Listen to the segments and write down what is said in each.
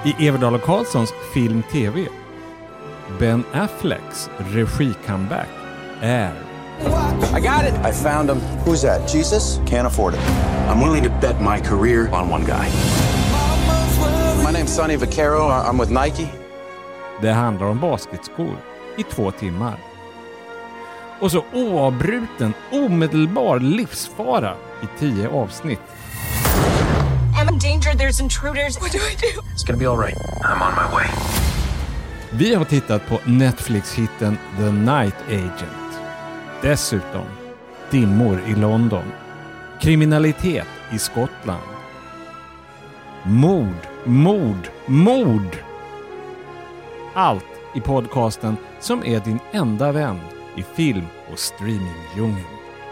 I Everdahl och Karlssons film-tv. Ben Afflecks regi-comeback är... I got it. I found him. Who's that? Jesus? Can't afford it. I'm willing to bet my career on one guy. My name's Sonny Vaccaro. I'm with Nike. Det handlar om basketskor i 2 timmar. Och så oavbruten, omedelbar livsfara i 10 avsnitt. I'm in danger. There's intruders. What do I do? It's gonna be all right. I'm on my way. Vi har tittat på Netflix-hitten The Night Agent. Dessutom dimmor i London. Kriminalitet i Skottland. Mord. Allt i podcasten som är din enda vän i film- och streamingdjungeln.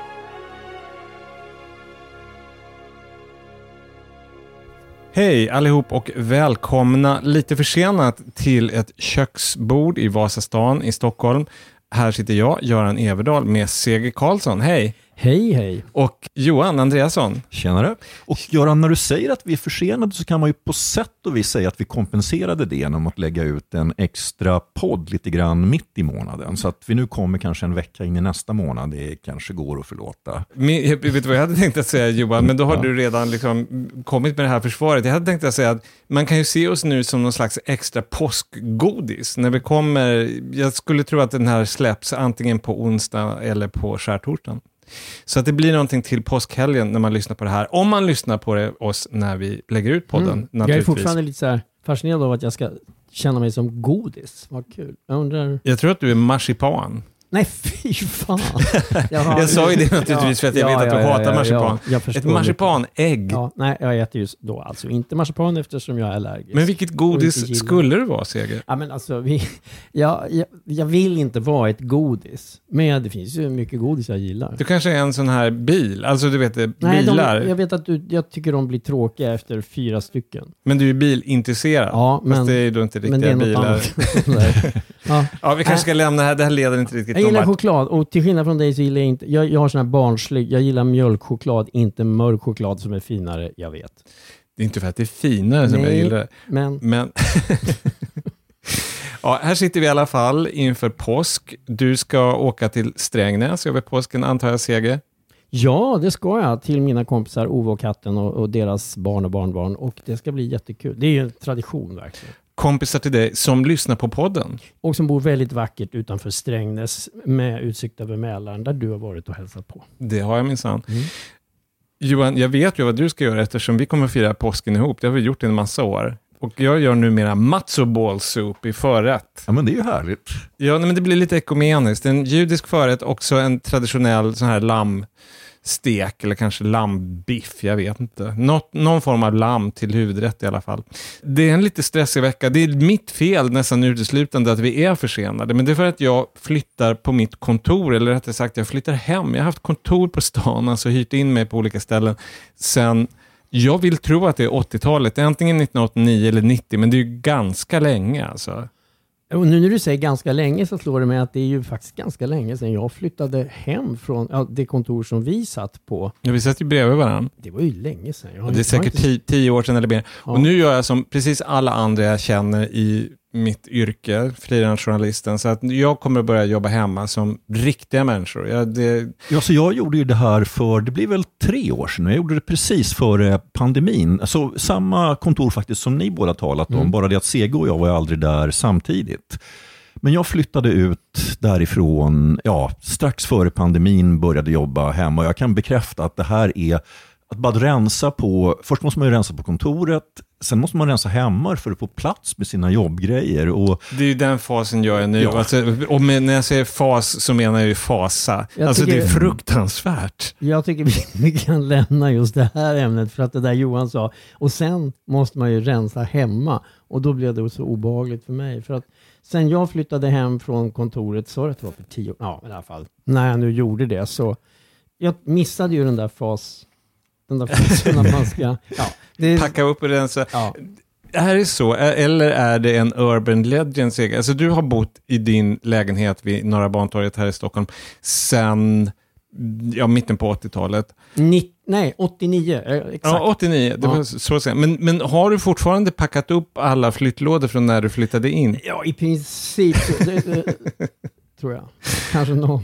Hej allihop och välkomna lite försenat till ett köksbord i Vasastan i Stockholm. Här sitter jag, Göran Everdahl, med C.G. Karlsson. Hej! Hej! Och Johan Andreasson. Tjenare. Och Göran, när du säger att vi är försenade så kan man ju på sätt och vis säga att vi kompenserade det genom att lägga ut en extra podd lite grann mitt i månaden. Så att vi nu kommer kanske en vecka in i nästa månad. Det kanske går att förlåta. Vet du vad jag hade tänkt att säga, Johan? Men då har du redan liksom kommit med det här försvaret. Jag hade tänkt att säga att man kan ju se oss nu som någon slags extra påskgodis. När vi kommer, jag skulle tro att den här släpps antingen på onsdag eller på skärtorsdagen. Så att det blir någonting till påskhelgen när man lyssnar på det här. Om man lyssnar på det oss när vi lägger ut podden, naturligtvis. Jag är fortfarande lite så här fascinerad av att jag ska känna mig som godis. Vad kul. Jag tror att du är marsipan. Nej, fy fan. Jag sa ju det naturligtvis för att jag vet att du hatar marsipan. Ett marsipanägg. Ja, nej, jag äter just då alltså inte marsipan eftersom jag är allergisk. Men vilket godis skulle du vara, Seger? Ja, men alltså, jag vill inte vara ett godis. Men det finns ju mycket godis jag gillar. Du kanske är en sån här bil. Alltså du vet, nej, bilar. Jag vet att jag tycker de blir tråkiga efter 4 stycken. Men du är bilintresserad. Ja, men fast det är då inte riktiga bilar. Ja, vi kanske ska lämna det här leder inte riktigt. Jag gillar choklad, och till skillnad från dig så gillar jag inte, jag har sån här barnslig, jag gillar mjölkchoklad, inte mörk choklad som är finare, jag vet. Det är inte för att det är finare som jag gillar. Men... Ja, här sitter vi i alla fall inför påsk. Du ska åka till Strängnäs över påsken, antar jag, Seger? Ja, det ska jag, till mina kompisar Ove och katten och deras barn och barnbarn, och det ska bli jättekul. Det är ju en tradition verkligen. Kompisar till dig som lyssnar på podden. Och som bor väldigt vackert utanför Strängnäs med utsikt över Mälaren, där du har varit och hälsat på. Det har jag minsann. Johan, jag vet ju vad du ska göra eftersom vi kommer att fira påsken ihop. Det har vi gjort i en massa år. Och jag gör numera matzo ball soup i förrätt. Ja, men det är ju härligt. Ja, men det blir lite ekumeniskt. En judisk förrätt, också en traditionell sån här lammstek eller kanske lammbiff, jag vet inte. Någon form av lamm till huvudrätt i alla fall. Det är en lite stressig vecka. Det är mitt fel nästan uteslutande att vi är försenade. Men det är för att jag flyttar på mitt kontor, eller rättare sagt jag flyttar hem. Jag har haft kontor på stan, alltså hyrt in mig på olika ställen sen... Jag vill tro att det är 80-talet, antingen 1989 eller 90, men det är ju ganska länge alltså. Och nu när du säger ganska länge så slår det mig att det är ju faktiskt ganska länge sedan jag flyttade hem från det kontor som vi satt på. Ja, vi satt ju bredvid varandra. Det var ju länge sedan. Det är säkert 10 år sedan eller mer. Ja. Och nu gör jag som precis alla andra jag känner i mitt yrke, frilansjournalisten, så att jag kommer att börja jobba hemma som riktiga människor. Så jag gjorde ju det här för, det blir väl 3 år sedan. Jag gjorde det precis före pandemin. Alltså samma kontor faktiskt som ni båda talat om, bara det att Sege och jag var aldrig där samtidigt. Men jag flyttade ut därifrån, strax före pandemin, började jobba hemma, och jag kan bekräfta att det här är att bara rensa på, först måste man ju rensa på kontoret, sen måste man rensa hemma för att få plats med sina jobbgrejer. Och det är ju den fasen jag är nu. Ja. Alltså, och när jag säger fas så menar jag ju fasa. Det är fruktansvärt. Jag tycker vi kan lämna just det här ämnet för att det där Johan sa. Och sen måste man ju rensa hemma. Och då blev det så obehagligt för mig. För att sen jag flyttade hem från kontoret, så det var för 10 år, i alla fall. När jag nu gjorde det så jag missade ju den där fasen att man ska packa upp och rensa. Ja. Är det så? Eller är det en urban legend? Alltså du har bott i din lägenhet vid Norra Bantorget här i Stockholm sen mitten på 80-talet. Nej, 89. Exakt. Ja, 89. Det var så att säga. Men har du fortfarande packat upp alla flyttlådor från när du flyttade in? Ja, i princip. Tror jag. Kanske någon.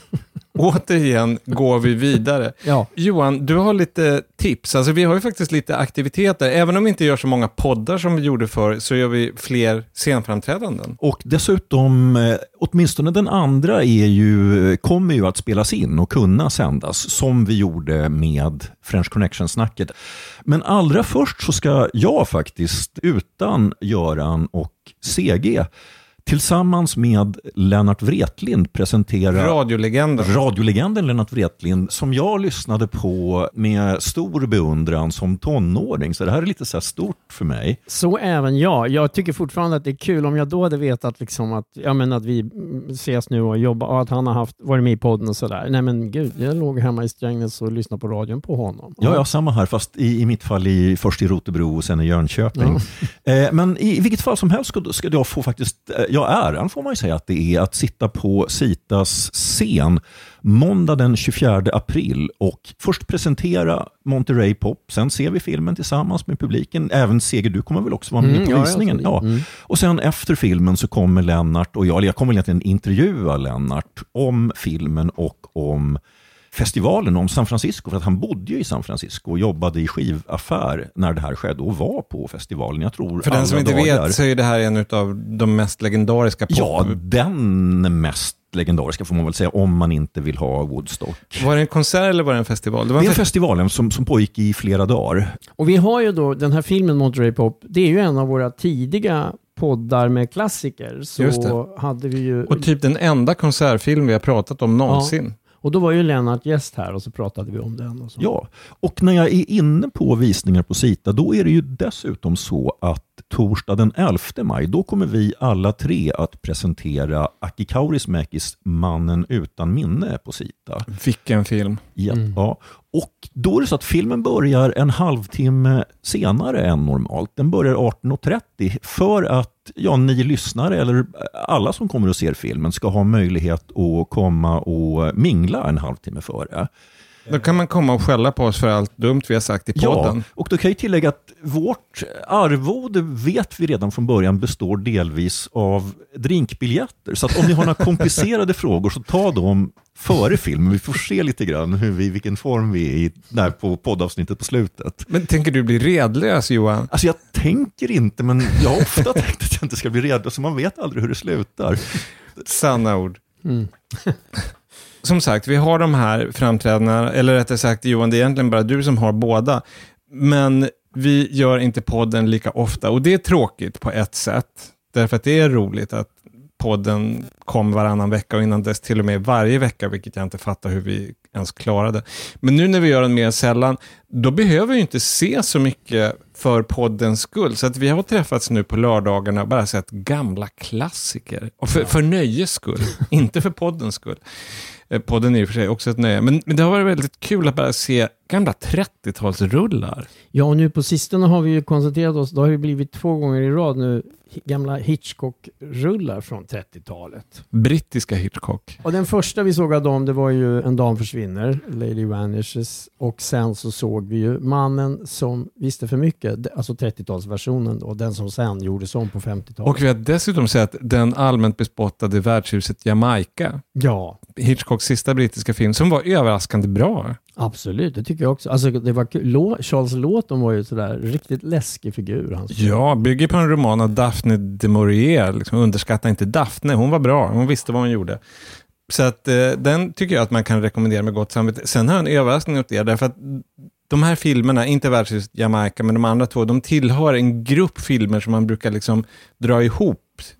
Återigen går vi vidare. Ja. Johan, du har lite tips. Alltså vi har ju faktiskt lite aktiviteter. Även om vi inte gör så många poddar som vi gjorde förr, så gör vi fler scenframträdanden. Och dessutom, åtminstone den andra kommer ju att spelas in och kunna sändas, som vi gjorde med French Connection-snacket. Men allra först så ska jag faktiskt, utan Göran och CG, tillsammans med Lennart Wretlind presentera radiolegenden Lennart Wretlind, som jag lyssnade på med stor beundran som tonåring. Så det här är lite så här stort för mig. Så även jag. Jag tycker fortfarande att det är kul om jag då hade vetat liksom att vi ses nu och jobbar och att han har varit med i podden och sådär. Nej men gud, jag låg hemma i Strängnäs och lyssnade på radion på honom. Ja, samma här, fast i mitt fall först i Rotebro och sen i Jönköping. Ja. Men i vilket fall som helst ska jag få faktiskt... äran får man ju säga att det är att sitta på Citas scen måndag den 24 april och först presentera Monterey Pop, sen ser vi filmen tillsammans med publiken. Även Seger, du kommer väl också vara med på visningen? Ja. Och sen efter filmen så kommer Lennart och jag kommer egentligen intervjua Lennart om filmen och om festivalen, om San Francisco, för att han bodde ju i San Francisco och jobbade i skivaffär när det här skedde och var på festivalen. Jag tror för den som inte vet så är det här en av de mest legendariska pop. Ja, den mest legendariska får man väl säga, om man inte vill ha Woodstock. Var det en konsert eller var det en festival? Det är festivalen som pågick i flera dagar. Och vi har ju då den här filmen Monterey Pop, det är ju en av våra tidiga poddar med klassiker. Så hade vi ju... Och typ den enda konsertfilm vi har pratat om någonsin. Ja. Och då var ju Lennart gäst här och så pratade vi om den. Och så. Ja, och när jag är inne på visningar på Cita, då är det ju dessutom så att torsdag den 11 maj, då kommer vi alla tre att presentera Aki Kaurismäkis Mannen utan minne på Cita. Vilken film. Ja. Och då är det så att filmen börjar en halvtimme senare än normalt. Den börjar 18.30 för att ni lyssnare eller alla som kommer och ser filmen ska ha möjlighet att komma och mingla en halvtimme före. Då kan man komma och skälla på oss för allt dumt vi har sagt i podden. Ja, och då kan jag tillägga att vårt arvode vet vi redan från början består delvis av drinkbiljetter. Så att om ni har några komplicerade frågor så ta dem före filmen. Vi får se lite grann vilken form vi är i där på poddavsnittet på slutet. Men tänker du bli redlös, Johan? Alltså jag tänker inte, men jag har ofta tänkt att jag inte ska bli redlös. Så man vet aldrig hur det slutar. Sanna ord. Som sagt, vi har de här framträdandena, eller rättare sagt Johan, det är egentligen bara du som har båda. Men vi gör inte podden lika ofta och det är tråkigt på ett sätt. Därför att det är roligt att podden kom varannan vecka och innan dess till och med varje vecka, vilket jag inte fattar hur vi ens klarade. Men nu när vi gör den mer sällan, då behöver vi inte se så mycket för poddens skull. Så att vi har träffats nu på lördagarna och bara sett gamla klassiker. Och för nöjes skull, inte för poddens skull. Podden är i och för sig också ett nöje. Men det har varit väldigt kul att bara se gamla 30-talsrullar. Ja, och nu på sistone har vi ju koncentrerat oss, då har det blivit 2 gånger i rad nu, gamla Hitchcock-rullar från 30-talet. Brittiska Hitchcock. Och den första vi såg av dem, det var ju En dam försvinner, Lady Vanishes. Och sen så såg vi ju Mannen som visste för mycket, alltså 30-talsversionen då, den som sen gjordes om på 50-talet. Och vi har dessutom sett den allmänt bespottade värdshuset Jamaica. Ja. Hitchcocks sista brittiska film som var överraskande bra. Absolut, det tycker jag också. Alltså det var kul. Charles Lawton var ju sådär riktigt läskig figur. Ja, bygger på en roman av Daphne du Maurier. Liksom, underskatta inte Daphne, hon var bra. Hon visste vad hon gjorde. Så att den tycker jag att man kan rekommendera med gott samvete. Sen har jag en överraskning åt er, därför att de här filmerna, inte världshuset Jamaica, men de andra 2, de tillhör en grupp filmer som man brukar liksom dra ihop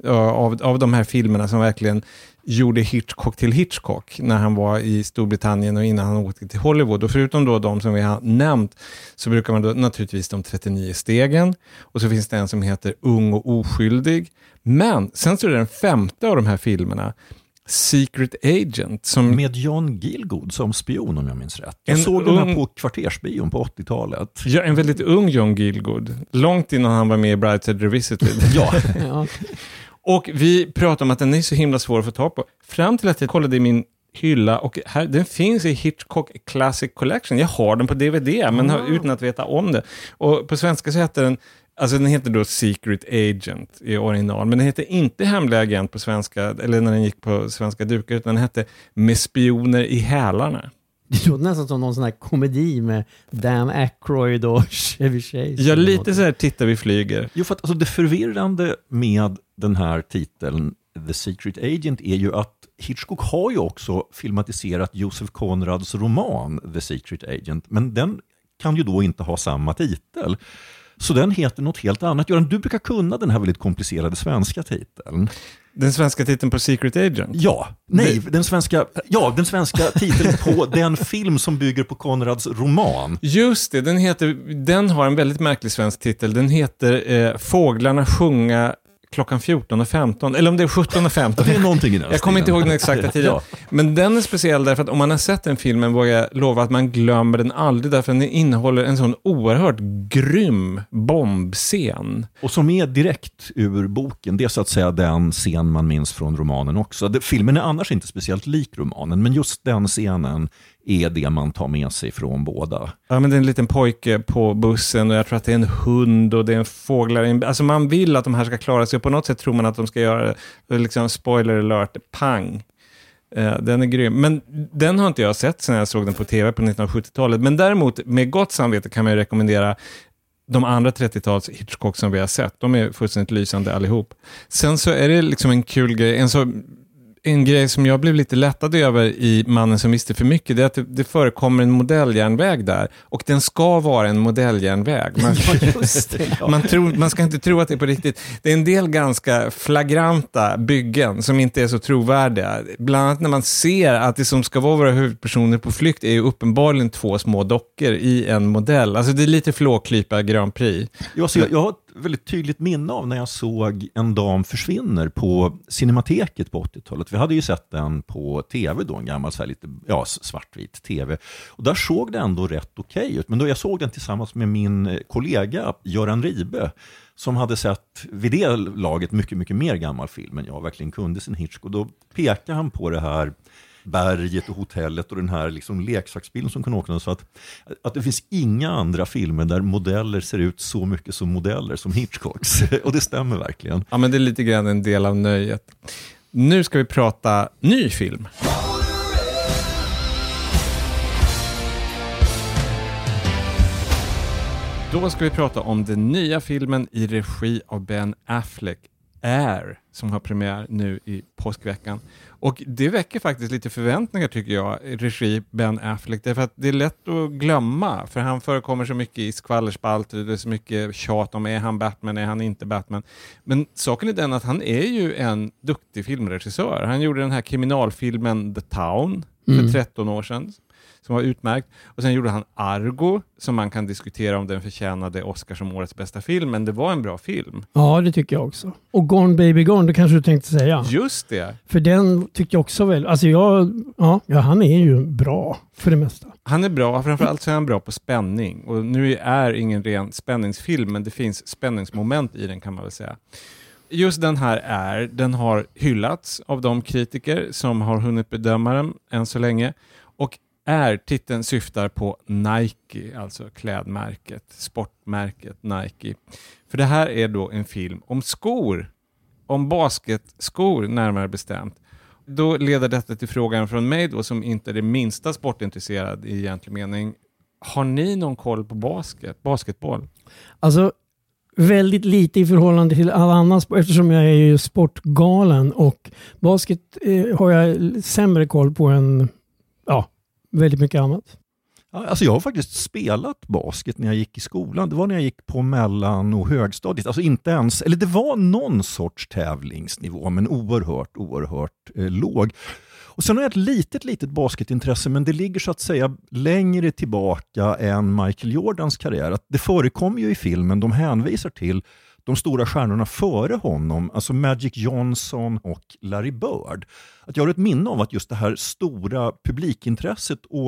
av de här filmerna som verkligen gjorde Hitchcock till Hitchcock när han var i Storbritannien och innan han åkte till Hollywood. Och förutom då de som vi har nämnt så brukar man då naturligtvis de 39 stegen. Och så finns det en som heter Ung och oskyldig. Men sen så är det den 5:e av de här filmerna, Secret Agent. Som med John Gielgud som spion om jag minns rätt. Jag såg den här på kvartersbion på 80-talet. Ja, en väldigt ung John Gielgud. Långt innan han var med i Brideshead Revisited. Ja. Och vi pratade om att den är så himla svår att få tag på. Fram till att jag kollade i min hylla, och här, den finns i Hitchcock Classic Collection. Jag har den på DVD, men utan att veta om det. Och på svenska så heter den, alltså den heter då Secret Agent i original, men den heter inte Hemlig agent på svenska, eller när den gick på svenska dukar, utan den hette Med spioner i hälarna. Det låter nästan som någon sån här komedi med Dan Aykroyd och Chevy Chase. Ja, lite så här tittar vi flyger. Jo, för att alltså, det förvirrande med den här titeln The Secret Agent är ju att Hitchcock har ju också filmatiserat Joseph Conrads roman The Secret Agent, men den kan ju då inte ha samma titel. Så den heter något helt annat. Göran, du brukar kunna den här väldigt komplicerade svenska titeln. Den svenska titeln på Secret Agent? Ja, nej, den svenska titeln på den film som bygger på Conrads roman. Just det, den har en väldigt märklig svensk titel. Den heter Fåglarna sjunga klockan 14:15, eller om det är 17:15. Det är någonting i den. Jag kommer inte ihåg den exakta tiden. Ja. Men den är speciell därför att om man har sett den filmen vågar jag lova att man glömmer den aldrig, därför att den innehåller en sån oerhört grym bombscen. Och som är direkt ur boken. Det är så att säga den scen man minns från romanen också. Filmen är annars inte speciellt lik romanen, men just den scenen är det man tar med sig från båda. Ja, men det är en liten pojke på bussen och jag tror att det är en hund och det är en fåglar. Alltså man vill att de här ska klara sig och på något sätt tror man att de ska göra det. Liksom spoiler alert, pang. Den är grym. Men den har inte jag sett sen jag såg den på tv på 1970-talet. Men däremot med gott samvete kan man ju rekommendera de andra 30-tals Hitchcock som vi har sett. De är fullständigt lysande allihop. Sen så är det liksom en kul grej. En grej som jag blev lite lättad över i Mannen som visste för mycket, det är att det förekommer en modelljärnväg där. Och den ska vara en modelljärnväg. Man ska inte tro att det är på riktigt. Det är en del ganska flagranta byggen som inte är så trovärdiga. Bland annat när man ser att det som ska vara våra huvudpersoner på flykt är ju uppenbarligen 2 små dockor i en modell. Alltså det är lite flåklypa Grand Prix. Ja, så jag har väldigt tydligt minne av när jag såg En dam försvinner på Cinemateket på 80-talet. Vi hade ju sett den på tv då, en gammal så här lite svartvit tv. Och där såg det ändå rätt okej ut. Men då jag såg den tillsammans med min kollega Göran Ribe som hade sett vid det laget mycket, mycket mer gammal film än jag verkligen kunde sin Hitchcock. Och då pekade han på det här berget och hotellet och den här liksom leksaksbilen som kan åka, så att det finns inga andra filmer där modeller ser ut så mycket som modeller som Hitchcocks. Och det stämmer verkligen. Ja, men det är lite grann en del av nöjet. Nu ska vi prata ny film. Då ska vi prata om den nya filmen i regi av Ben Affleck, Air, som har premiär nu i påskveckan. Och det väcker faktiskt lite förväntningar tycker jag, regi Ben Affleck. Därför att det är lätt att glömma, för han förekommer så mycket i skvallerspalter, det är så mycket tjat om är han Batman, är han inte Batman. Men saken är den att han är ju en duktig filmregissör. Han gjorde den här kriminalfilmen The Town för 13 år sedan. Som var utmärkt. Och sen gjorde han Argo, som man kan diskutera om den förtjänade Oscar som årets bästa film, men det var en bra film. Ja, det tycker jag också. Och Gone Baby Gone, det kanske du tänkte säga. Just det. För den tyckte jag också väl. Alltså han är ju bra för det mesta. Han är bra, framförallt så är han bra på spänning. Och nu är ingen ren spänningsfilm, men det finns spänningsmoment i den kan man väl säga. Just den här den har hyllats av de kritiker som har hunnit bedöma den än så länge. Och titeln syftar på Nike, alltså klädmärket, sportmärket Nike. För det här är då en film om skor, om basketskor närmare bestämt. Då leder detta till frågan från mig då, som inte är det minsta sportintresserad i egentlig mening. Har ni någon koll på basketboll? Alltså väldigt lite i förhållande till alla andra, eftersom jag är ju sportgalen, och basket har jag sämre koll på än väldigt mycket annat. Alltså jag har faktiskt spelat basket när jag gick i skolan. Det var när jag gick på mellan- och högstadiet. Alltså inte ens, eller det var någon sorts tävlingsnivå, men oerhört låg. Och sen har jag ett litet basketintresse, men det ligger så att säga längre tillbaka än Michael Jordans karriär. Att det förekommer ju i filmen, de hänvisar till de stora stjärnorna före honom, alltså Magic Johnson och Larry Bird. Att jag har ett minne av att just det här stora publikintresset och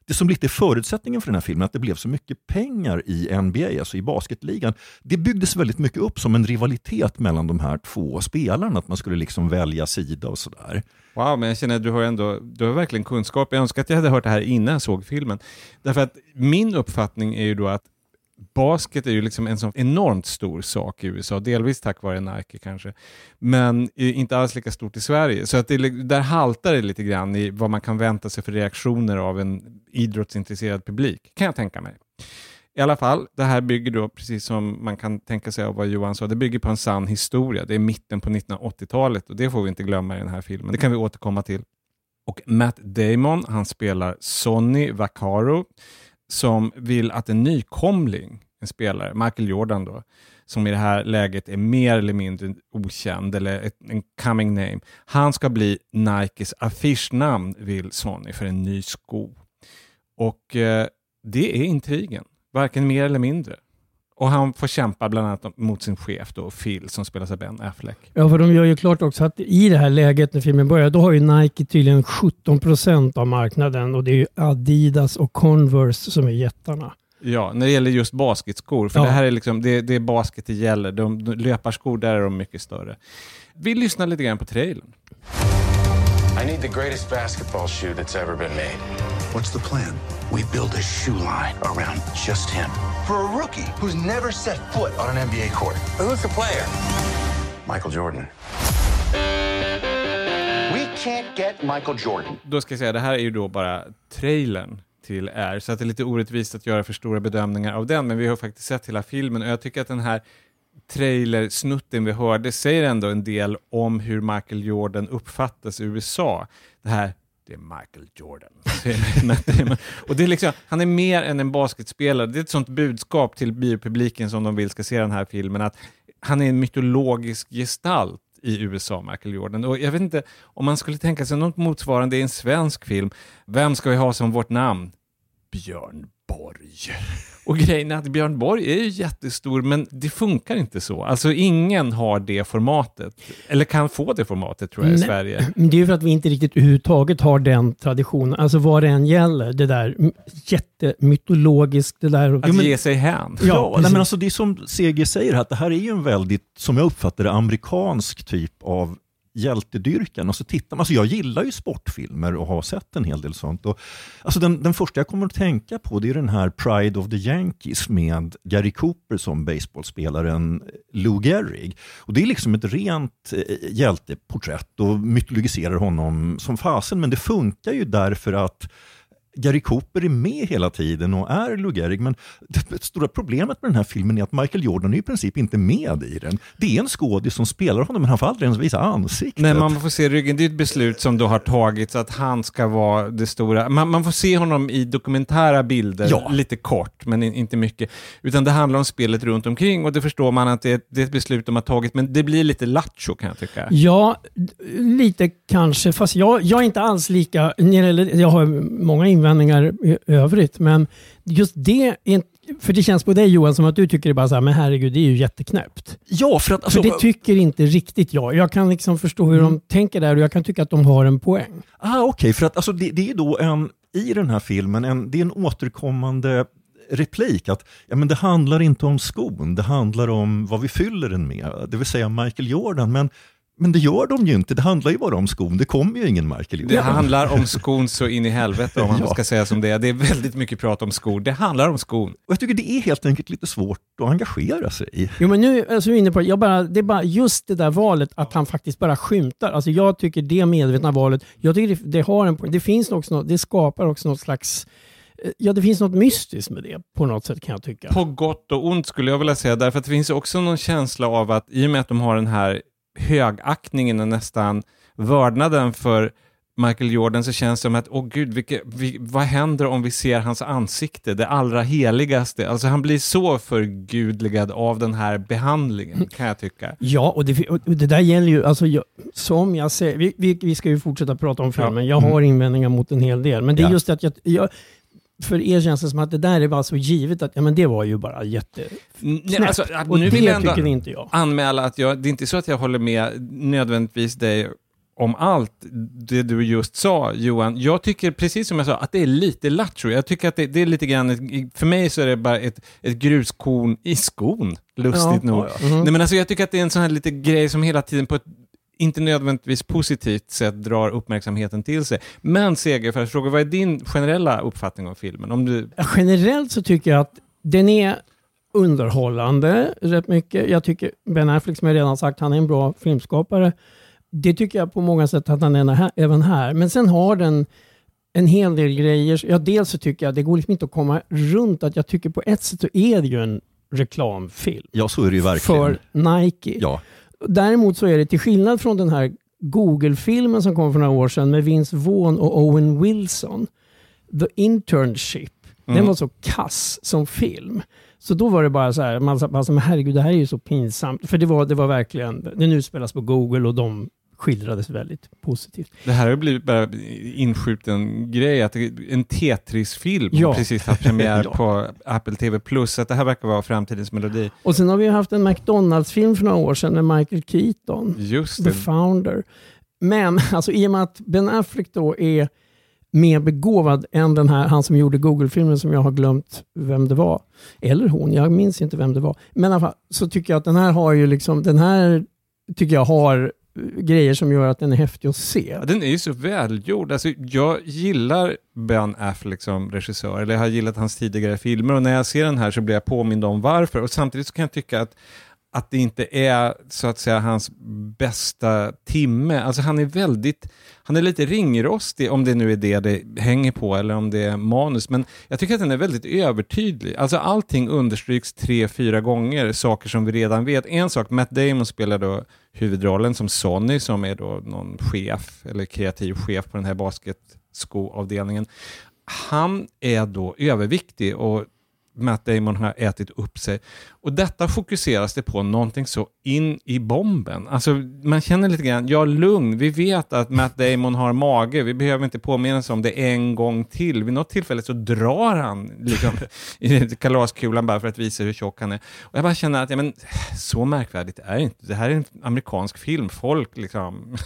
det som lite är förutsättningen för den här filmen, att det blev så mycket pengar i NBA, alltså i basketligan, det byggdes väldigt mycket upp som en rivalitet mellan de här två spelarna, att man skulle liksom välja sida och sådär. Wow, men jag känner att du har verkligen kunskap. Jag önskar att jag hade hört det här innan jag såg filmen. Därför att min uppfattning är ju då att basket är ju liksom en sån enormt stor sak i USA, delvis tack vare Nike kanske, men inte alls lika stort i Sverige. Så att där haltar det lite grann i vad man kan vänta sig för reaktioner av en idrottsintresserad publik, kan jag tänka mig. I alla fall, det här bygger då, precis som man kan tänka sig av vad Johan sa, det bygger på en sann historia. Det är mitten på 1980-talet och det får vi inte glömma i den här filmen. Det kan vi återkomma till. Och Matt Damon, han spelar Sonny Vaccaro, som vill att en nykomling, en spelare, Michael Jordan då, som i det här läget är mer eller mindre okänd eller en coming name, han ska bli Nikes affischnamn, vill Sonny, för en ny sko. Och det är intrigen, varken mer eller mindre. Och han får kämpa bland annat mot sin chef då, Phil, som spelas av Ben Affleck. Ja, för de gör ju klart också att i det här läget när filmen börjar, då har ju Nike tydligen 17% av marknaden och det är ju Adidas och Converse som är jättarna. Ja, när det gäller just basketskor, för det här är liksom, det är basket det gäller. De löparskor, där är de mycket större. Vi lyssnar lite grann på trailern. I need the greatest basketball shoe that's ever been made. What's the plan? We build a shoe line around just him. For a rookie who's never set foot on an NBA court. Who's the player? Michael Jordan. We can't get Michael Jordan. Då ska jag säga, det här är ju då bara trailern till Air, så att det är lite orättvist att göra för stora bedömningar av den, men vi har faktiskt sett hela filmen och jag tycker att den här trailersnutten vi hörde säger ändå en del om hur Michael Jordan uppfattas i USA. Det är Michael Jordan. Och det är liksom, han är mer än en basketspelare. Det är ett sånt budskap till biopubliken som de vill ska se den här filmen, att han är en mytologisk gestalt i USA, Michael Jordan. Och jag vet inte, om man skulle tänka sig något motsvarande i en svensk film, vem ska vi ha som vårt namn? Björn Borg. Och grejen är att Björn Borg är ju jättestor, men det funkar inte så. Alltså ingen har det formatet. Eller kan få det formatet, tror jag, i Sverige. Det är ju för att vi inte riktigt överhuvudtaget har den traditionen. Alltså vad det än gäller, det där jättemytologiskt, det där. Att ge sig hän. Ja, men alltså det är som CG säger, att det här är ju en väldigt, som jag uppfattar det, amerikansk typ av hjältedyrkan. Och så tittar man, alltså jag gillar ju sportfilmer och har sett en hel del sånt. Och, alltså den första jag kommer att tänka på, det är den här Pride of the Yankees med Gary Cooper som baseballspelaren Lou Gehrig. Och det är liksom ett rent hjälteporträtt och mytologiserar honom som fasen, men det funkar ju därför att Gary Cooper är med hela tiden och är Lou Gehrig, men det stora problemet med den här filmen är att Michael Jordan är i princip inte med i den. Det är en skådis som spelar honom, men han får aldrig ens visa ansiktet. Nej, man får se ryggen. Det är ett beslut som då har tagits att han ska vara det stora. Man får se honom i dokumentära bilder, lite kort, men inte mycket. Utan det handlar om spelet runt omkring och det förstår man att det är ett beslut de har tagit, men det blir lite lattjo, kan jag tycka. Ja, lite kanske, fast jag är inte alls lika, jag har många invändningar i övrigt, men just det är, för det känns på dig, Johan, som att du tycker det bara så här, men herregud, det är ju jätteknäppt. Ja, för att alltså, för det tycker inte riktigt jag. Jag kan liksom förstå hur de tänker där och jag kan tycka att de har en poäng. Okej, för att alltså, det är då i den här filmen, det är en återkommande replik att men det handlar inte om skon, det handlar om vad vi fyller den med, det vill säga Michael Jordan, men det gör de ju inte. Det handlar ju bara om skon. Det kommer ju ingen Michael Jordan. Det handlar om skon så in i helvete, om man ska säga som det är. Det är väldigt mycket prat om skor. Det handlar om skon. Och jag tycker det är helt enkelt lite svårt att engagera sig i. Jo, men nu är jag inne på det är bara just det där valet att han faktiskt bara skymtar. Alltså jag tycker det medvetna valet, jag tycker det har en, det finns också något, det skapar också något slags, ja, det finns något mystiskt med det på något sätt, kan jag tycka. På gott och ont skulle jag vilja säga, därför att det finns också någon känsla av att i och med att de har den här högaktningen och nästan vördnaden för Michael Jordan, så känns det som att vad händer om vi ser hans ansikte, det allra heligaste. Alltså han blir så förgudligad av den här behandlingen, kan jag tycka. Ja, och det där gäller ju, alltså som jag säger, vi ska ju fortsätta prata om filmen. Jag har invändningar mot en hel del, men det är just att jag för er känns det som att det där är bara så givet att men det var ju bara alltså, och nu det vill jag tycker inte jag. Anmäla att det är inte så att jag håller med nödvändigtvis dig om allt det du just sa, Johan. Jag tycker, precis som jag sa, att det är lite lattjo. Jag tycker att det är lite grann, för mig så är det bara ett gruskorn i skon, lustigt nog. Nej, men alltså, jag tycker att det är en sån här lite grej som hela tiden på ett inte nödvändigtvis positivt sätt drar uppmärksamheten till sig. Men Seger, för att fråga, vad är din generella uppfattning om filmen? Om du... Generellt så tycker jag att den är underhållande rätt mycket. Jag tycker Ben Affleck, som jag redan sagt, han är en bra filmskapare. Det tycker jag på många sätt att han är även här. Men sen har den en hel del grejer. Ja, dels så tycker jag det går liksom inte att komma runt att jag tycker på ett sätt så är det ju en reklamfilm. Ja, så är det ju verkligen. För Nike. Ja. Däremot så är det till skillnad från den här Google-filmen som kom för några år sedan med Vince Vaughn och Owen Wilson. The Internship. Den var så kass som film. Så då var det bara så här, man sa men herregud, det här är ju så pinsamt. För det var verkligen, den utspelas på Google och de skildrades väldigt positivt. Det här har blivit bara inskjuten grej, att en Tetris-film precis haft premiär på Apple TV+, att det här verkar vara framtidens melodi. Och sen har vi haft en McDonalds-film för några år sedan med Michael Keaton. Just The Founder. Men alltså, i och med att Ben Affleck då är mer begåvad än den här, han som gjorde Google-filmen som jag har glömt vem det var. Eller hon, jag minns inte vem det var. Men i alla fall så tycker jag att den här har ju liksom, den här tycker jag har grejer som gör att den är häftig att se. Ja, den är ju så välgjord. Alltså, jag gillar Ben Affleck som regissör, eller jag har gillat hans tidigare filmer, och när jag ser den här så blir jag påmind om varför. Och samtidigt så kan jag tycka att det inte är så att säga hans bästa timme. Alltså han är lite ringrostig, om det nu är det hänger på eller om det är manus. Men jag tycker att den är väldigt övertydlig. Alltså allting understryks 3-4 gånger, saker som vi redan vet. En sak, Matt Damon spelar då huvudrollen som Sonny, som är då någon chef eller kreativ chef på den här basketskoavdelningen. Han är då överviktig och Matt Damon har ätit upp sig. Och detta fokuseras det på någonting så in i bomben. Alltså man känner lite grann, lugn. Vi vet att Matt Damon har mage. Vi behöver inte påminnas om det en gång till. Vid något tillfälle så drar han liksom i kalaskulan bara för att visa hur tjock han är. Och jag bara känner att så märkvärdigt är det inte. Det här är en amerikansk film. Folk liksom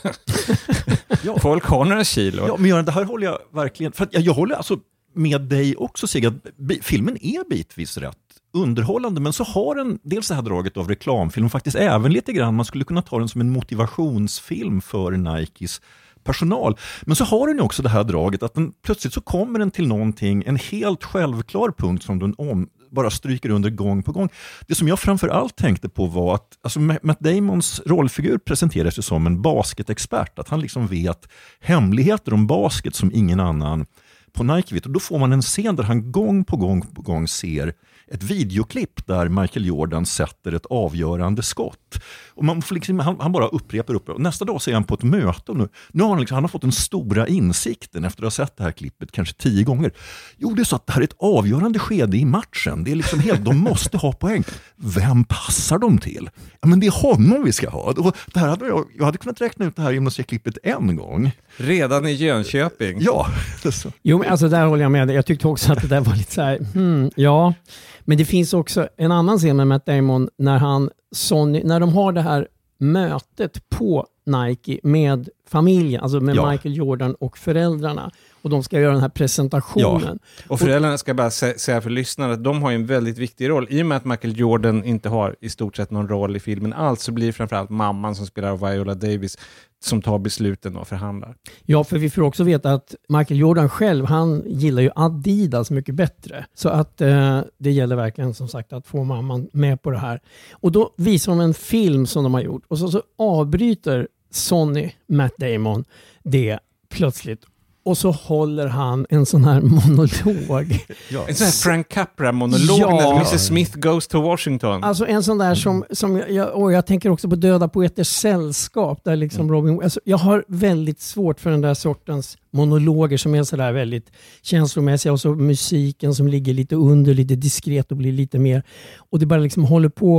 folk har några kilo. Ja, men det här håller jag verkligen, för att jag håller alltså med dig också, Sigge, att filmen är bitvis rätt underhållande, men så har den dels det här draget av reklamfilm och faktiskt även lite grann, man skulle kunna ta den som en motivationsfilm för Nikes personal. Men så har den också det här draget att den plötsligt så kommer den till någonting, en helt självklar punkt som den bara stryker under gång på gång. Det som jag framförallt tänkte på var att alltså Matt Damons rollfigur presenterar sig som en basketexpert, att han liksom vet hemligheter om basket som ingen annan på Nike vet. Och då får man en scen där han gång på gång ser ett videoklipp där Michael Jordan sätter ett avgörande skott. Och man får liksom, han bara upprepar. Och nästa dag ser han på ett möte. Och nu har han har fått den stora insikten efter att ha sett det här klippet kanske 10 gånger. Jo, det är så att det här är ett avgörande skede i matchen. Det är liksom helt, de måste ha poäng. Vem passar de till? Ja, men det är honom vi ska ha. Och det här jag hade kunnat räkna ut det här genom att se klippet en gång. Redan i Jönköping. Ja. Jo, men alltså där håller jag med. Jag tyckte också att det där var lite så här, ja. Men det finns också en annan scen med Matt Damon när de har det här mötet på Nike med familjen, alltså med Michael Jordan och föräldrarna. Och de ska göra den här presentationen. Ja. Och föräldrarna ska bara säga för lyssnarna att de har ju en väldigt viktig roll. I och med att Michael Jordan inte har i stort sett någon roll i filmen alls, så blir det framförallt mamman som spelar Viola Davis som tar besluten och förhandlar. Ja, för vi får också veta att Michael Jordan själv, han gillar ju Adidas mycket bättre. Så att det gäller verkligen som sagt att få mamman med på det här. Och då visar de en film som de har gjort. Och så avbryter Sonny Matt Damon det plötsligt. Och så håller han en sån här monolog. Ja. En sån här Frank Capra-monolog när Mrs. Smith goes to Washington. Alltså en sån där som jag tänker också på Döda poeters sällskap. Där liksom Robin, alltså jag har väldigt svårt för den där sortens monologer som är sådär väldigt känslomässiga. Och så musiken som ligger lite under, lite diskret och blir lite mer. Och det bara liksom håller på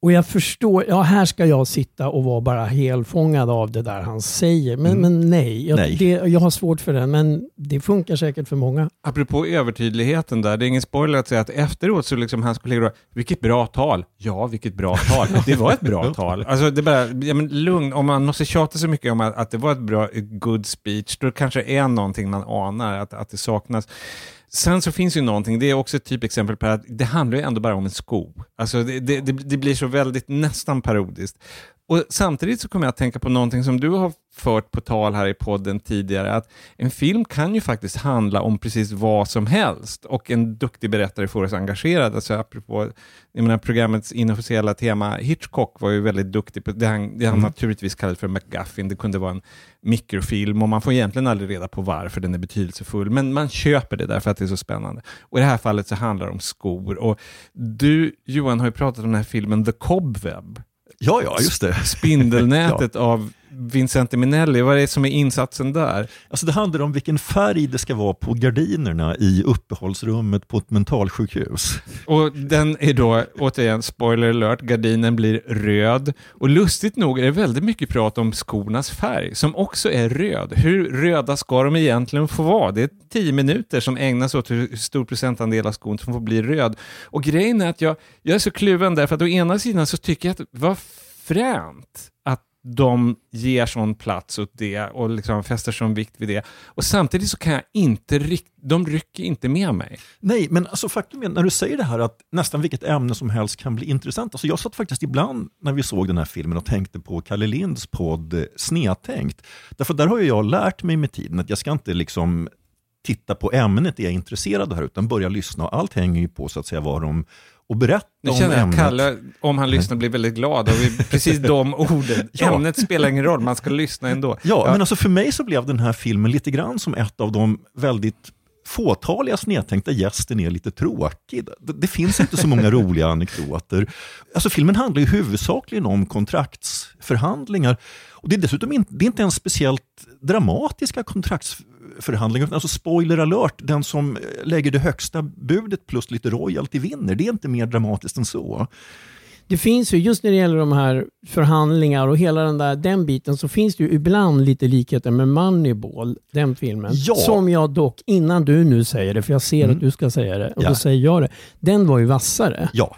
Och jag förstår, här ska jag sitta och vara bara helfångad av det där han säger. Men nej, jag har svårt för det, men det funkar säkert för många. Apropå övertydligheten där, det är ingen spoiler att säga att efteråt så liksom han skulle lägga då, vilket bra tal. Ja, vilket bra tal. Det var ett bra tal. Alltså det är bara, lugn, om man måste tjata så mycket om att det var ett bra, good speech, då kanske är någonting man anar att det saknas. Sen så finns ju någonting, det är också ett typexempel på att det handlar ju ändå bara om en sko. Alltså det blir så väldigt nästan parodiskt. Och samtidigt så kommer jag att tänka på någonting som du har fört på tal här i podden tidigare, att en film kan ju faktiskt handla om precis vad som helst och en duktig berättare får oss engagerad. Alltså apropå, jag menar, programmets inofficiella tema, Hitchcock var ju väldigt duktig på det han naturligtvis kallade för MacGuffin. Det kunde vara en mikrofilm och man får egentligen aldrig reda på varför den är betydelsefull, men man köper det därför att det är så spännande. Och i det här fallet så handlar det om skor, och du, Johan, har ju pratat om den här filmen The Cobweb. Ja, just det. Spindelnätet av Vincente Minnelli. Vad är det som är insatsen där? Alltså det handlar om vilken färg det ska vara på gardinerna i uppehållsrummet på ett mentalsjukhus. Och den är då, återigen, spoiler alert, gardinen blir röd. Och lustigt nog är det väldigt mycket prat om skornas färg, som också är röd. Hur röda ska de egentligen få vara? Det är 10 minuter som ägnas åt hur stor procentandel av skon som får bli röd. Och grejen är att jag är så kluven därför att å ena sidan så tycker jag att vad fränt att de ger sån plats åt det och liksom fäster sån vikt vid det. Och samtidigt så kan jag inte de rycker inte med mig. Nej, men alltså faktum är, när du säger det här att nästan vilket ämne som helst kan bli intressant. Alltså jag satt faktiskt ibland när vi såg den här filmen och tänkte på Kalle Linds podd Snedtänkt. Därför där har ju jag lärt mig med tiden att jag ska inte liksom titta på ämnet jag är intresserad av här, utan börja lyssna, och allt hänger ju på så att säga vad de och berätta om ämnet. Nu känner jag Kalle, om han lyssnar, blir väldigt glad av precis de orden. Ja. Ämnet spelar ingen roll, man ska lyssna ändå. Ja, men alltså för mig så blev den här filmen lite grann som ett av de väldigt fåtaliga snedtänkta gästen är lite tråkig. Det finns inte så många roliga anekdoter. Alltså filmen handlar ju huvudsakligen om kontraktsförhandlingar. Och det är dessutom det är inte en speciellt dramatiska kontraktsförhandlingar. Alltså spoiler alert, den som lägger det högsta budet plus lite royalty vinner. Det är inte mer dramatiskt än så. Det finns ju, just när det gäller de här förhandlingar och hela den biten, så finns det ju ibland lite likheter med Moneyball, den filmen. Ja. Som jag dock, innan du nu säger det, för jag ser att du ska säga det, och då säger jag det. Den var ju vassare. Ja.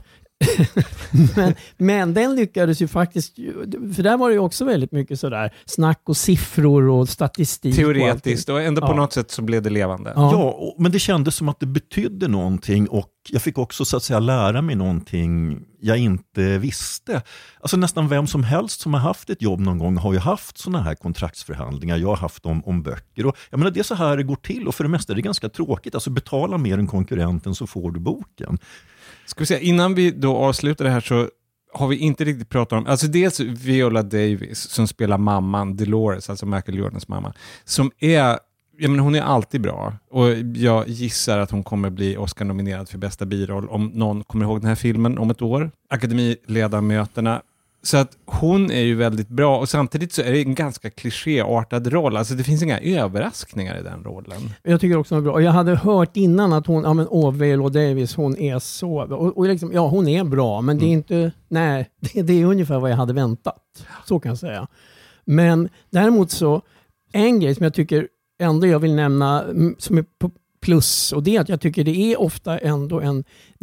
men den lyckades ju faktiskt, för där var det ju också väldigt mycket sådär snack och siffror och statistik. Teoretiskt, och ändå på något sätt så blev det levande. Ja, men det kändes som att det betydde någonting, och jag fick också så att säga lära mig någonting jag inte visste. Alltså nästan vem som helst som har haft ett jobb någon gång har ju haft såna här kontraktsförhandlingar. Jag har haft dem om böcker, och jag menar, det är så här det går till, och för det mesta är det ganska tråkigt. Alltså betala mer än konkurrenten så får du boken. Ska vi säga, innan vi då avslutar det här så har vi inte riktigt pratat om, alltså dels Viola Davis som spelar mamman Dolores, alltså Michael Jordans mamma, som är, jag menar, hon är alltid bra, och jag gissar att hon kommer bli Oscar-nominerad för bästa biroll om någon kommer ihåg den här filmen om ett år. Akademiledamöterna. Så att hon är ju väldigt bra, och samtidigt så är det en ganska klichéartad roll. Alltså det finns inga överraskningar i den rollen. Jag tycker också att det är bra. Och jag hade hört innan att hon, Viola Davis, hon är så, och liksom, ja, hon är bra, men det är inte, nej, det är ungefär vad jag hade väntat. Så kan jag säga. Men däremot så, en grej som jag tycker ändå jag vill nämna som är på plus, och det är att jag tycker det är ofta ändå en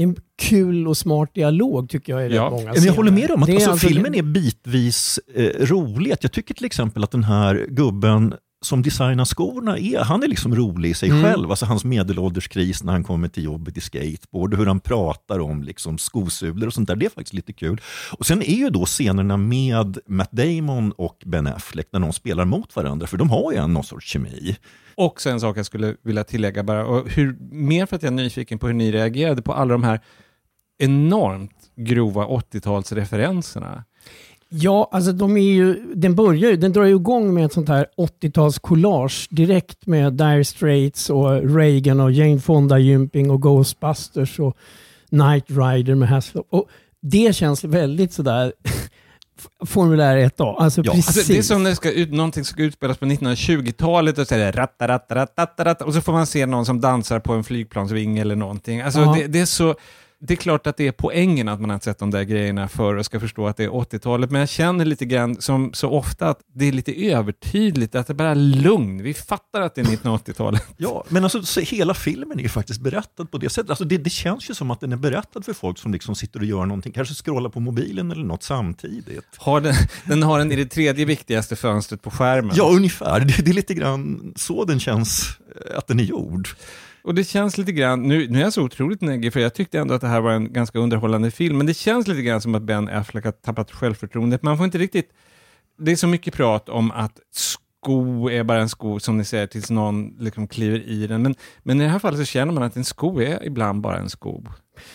kul och smart dialog, tycker jag är rätt många. Men jag håller med om att alltså, filmen är bitvis rolig. Jag tycker till exempel att den här gubben som designar skorna han är liksom rolig i sig själv. Alltså hans medelålderskris när han kommer till jobbet i skateboard, och hur han pratar om liksom skosulor och sånt där. Det är faktiskt lite kul. Och sen är ju då scenerna med Matt Damon och Ben Affleck när de spelar mot varandra, för de har ju någon sorts kemi. Och en sak jag skulle vilja tillägga bara, och mer för att jag är nyfiken på hur ni reagerade på alla de här enormt grova 80-talsreferenserna. Ja, alltså den drar ju igång med ett sånt här 80-tals collage direkt med Dire Straits och Reagan och Jane Fonda Gymping och Ghostbusters och Knight Rider med Hasselhoff. Och det känns väldigt sådär Formulär 1A. Alltså, ja. Alltså, det är som när någonting ska utspelas på 1920-talet och så är det ratta, och så får man se någon som dansar på en flygplansving eller någonting. Alltså, det är så det är klart att det är poängen att man har sett de där grejerna för och ska förstå att det är 80-talet, men jag känner lite grann som så ofta att det är lite övertydligt, att det bara är lugn. Vi fattar att det är 1980-talet. Ja, men alltså så hela filmen är ju faktiskt berättad på det sättet. Alltså det känns ju som att den är berättad för folk som liksom sitter och gör någonting, kanske scrollar på mobilen eller något samtidigt. Den har den i det tredje viktigaste fönstret på skärmen. Ja, ungefär. Det är lite grann så den känns att den är gjord. Och det känns lite grann, nu är jag så otroligt negativ, för jag tyckte ändå att det här var en ganska underhållande film, men det känns lite grann som att Ben Affleck har tappat självförtroendet. Man får inte riktigt, det är så mycket prat om att sko är bara en sko, som ni säger, tills någon liksom kliver i den, men i det här fallet så känner man att en sko är ibland bara en sko.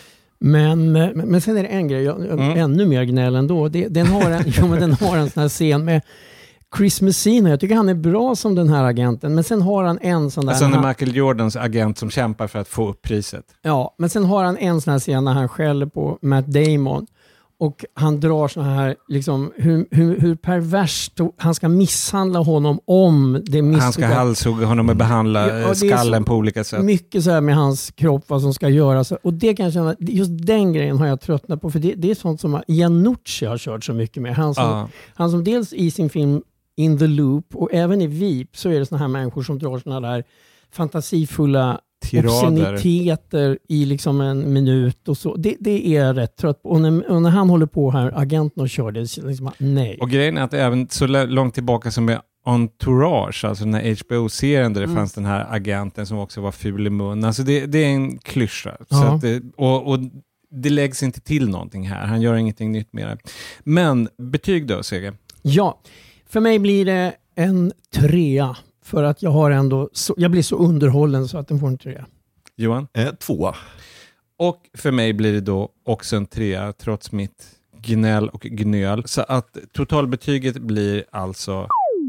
Men sen är det en grej, ännu mer gnäll ändå. Den har en sån här scen med Chris Messina. Jag tycker han är bra som den här agenten, men sen har han en sån där... Alltså när Michael Jordans agent som kämpar för att få upp priset. Ja, men sen har han en sån här scen när han skäller på Matt Damon och han drar såna här liksom hur perverst han ska misshandla honom om det misslyckas. Han ska halshugga honom och behandla skallen på olika sätt. Mycket så här med hans kropp, vad som ska göras. Och det kan jag känna, just den grejen har jag tröttnat på, för det är sånt som Janucci har kört så mycket med. Han som dels i sin film In the Loop och även i Veep så är det såna här människor som drar såna där fantasifulla obsceniteter i liksom en minut och så. Det är jag rätt trött på. Och när han håller på här, agenten och kör det, liksom, nej. Och grejen är att även så långt tillbaka som med Entourage, alltså den här HBO-serien där det fanns den här agenten som också var ful i mun. Alltså det är en klyscha. Ja. Så att och det läggs inte till någonting här. Han gör ingenting nytt med det. Men betyg då, Seger? Ja, för mig blir det en 3. För att jag har ändå jag blir så underhållen så att den får en 3. Johan? 2. Och för mig blir det då också en 3 trots mitt gnäll och gnöl. Så att totalbetyget blir alltså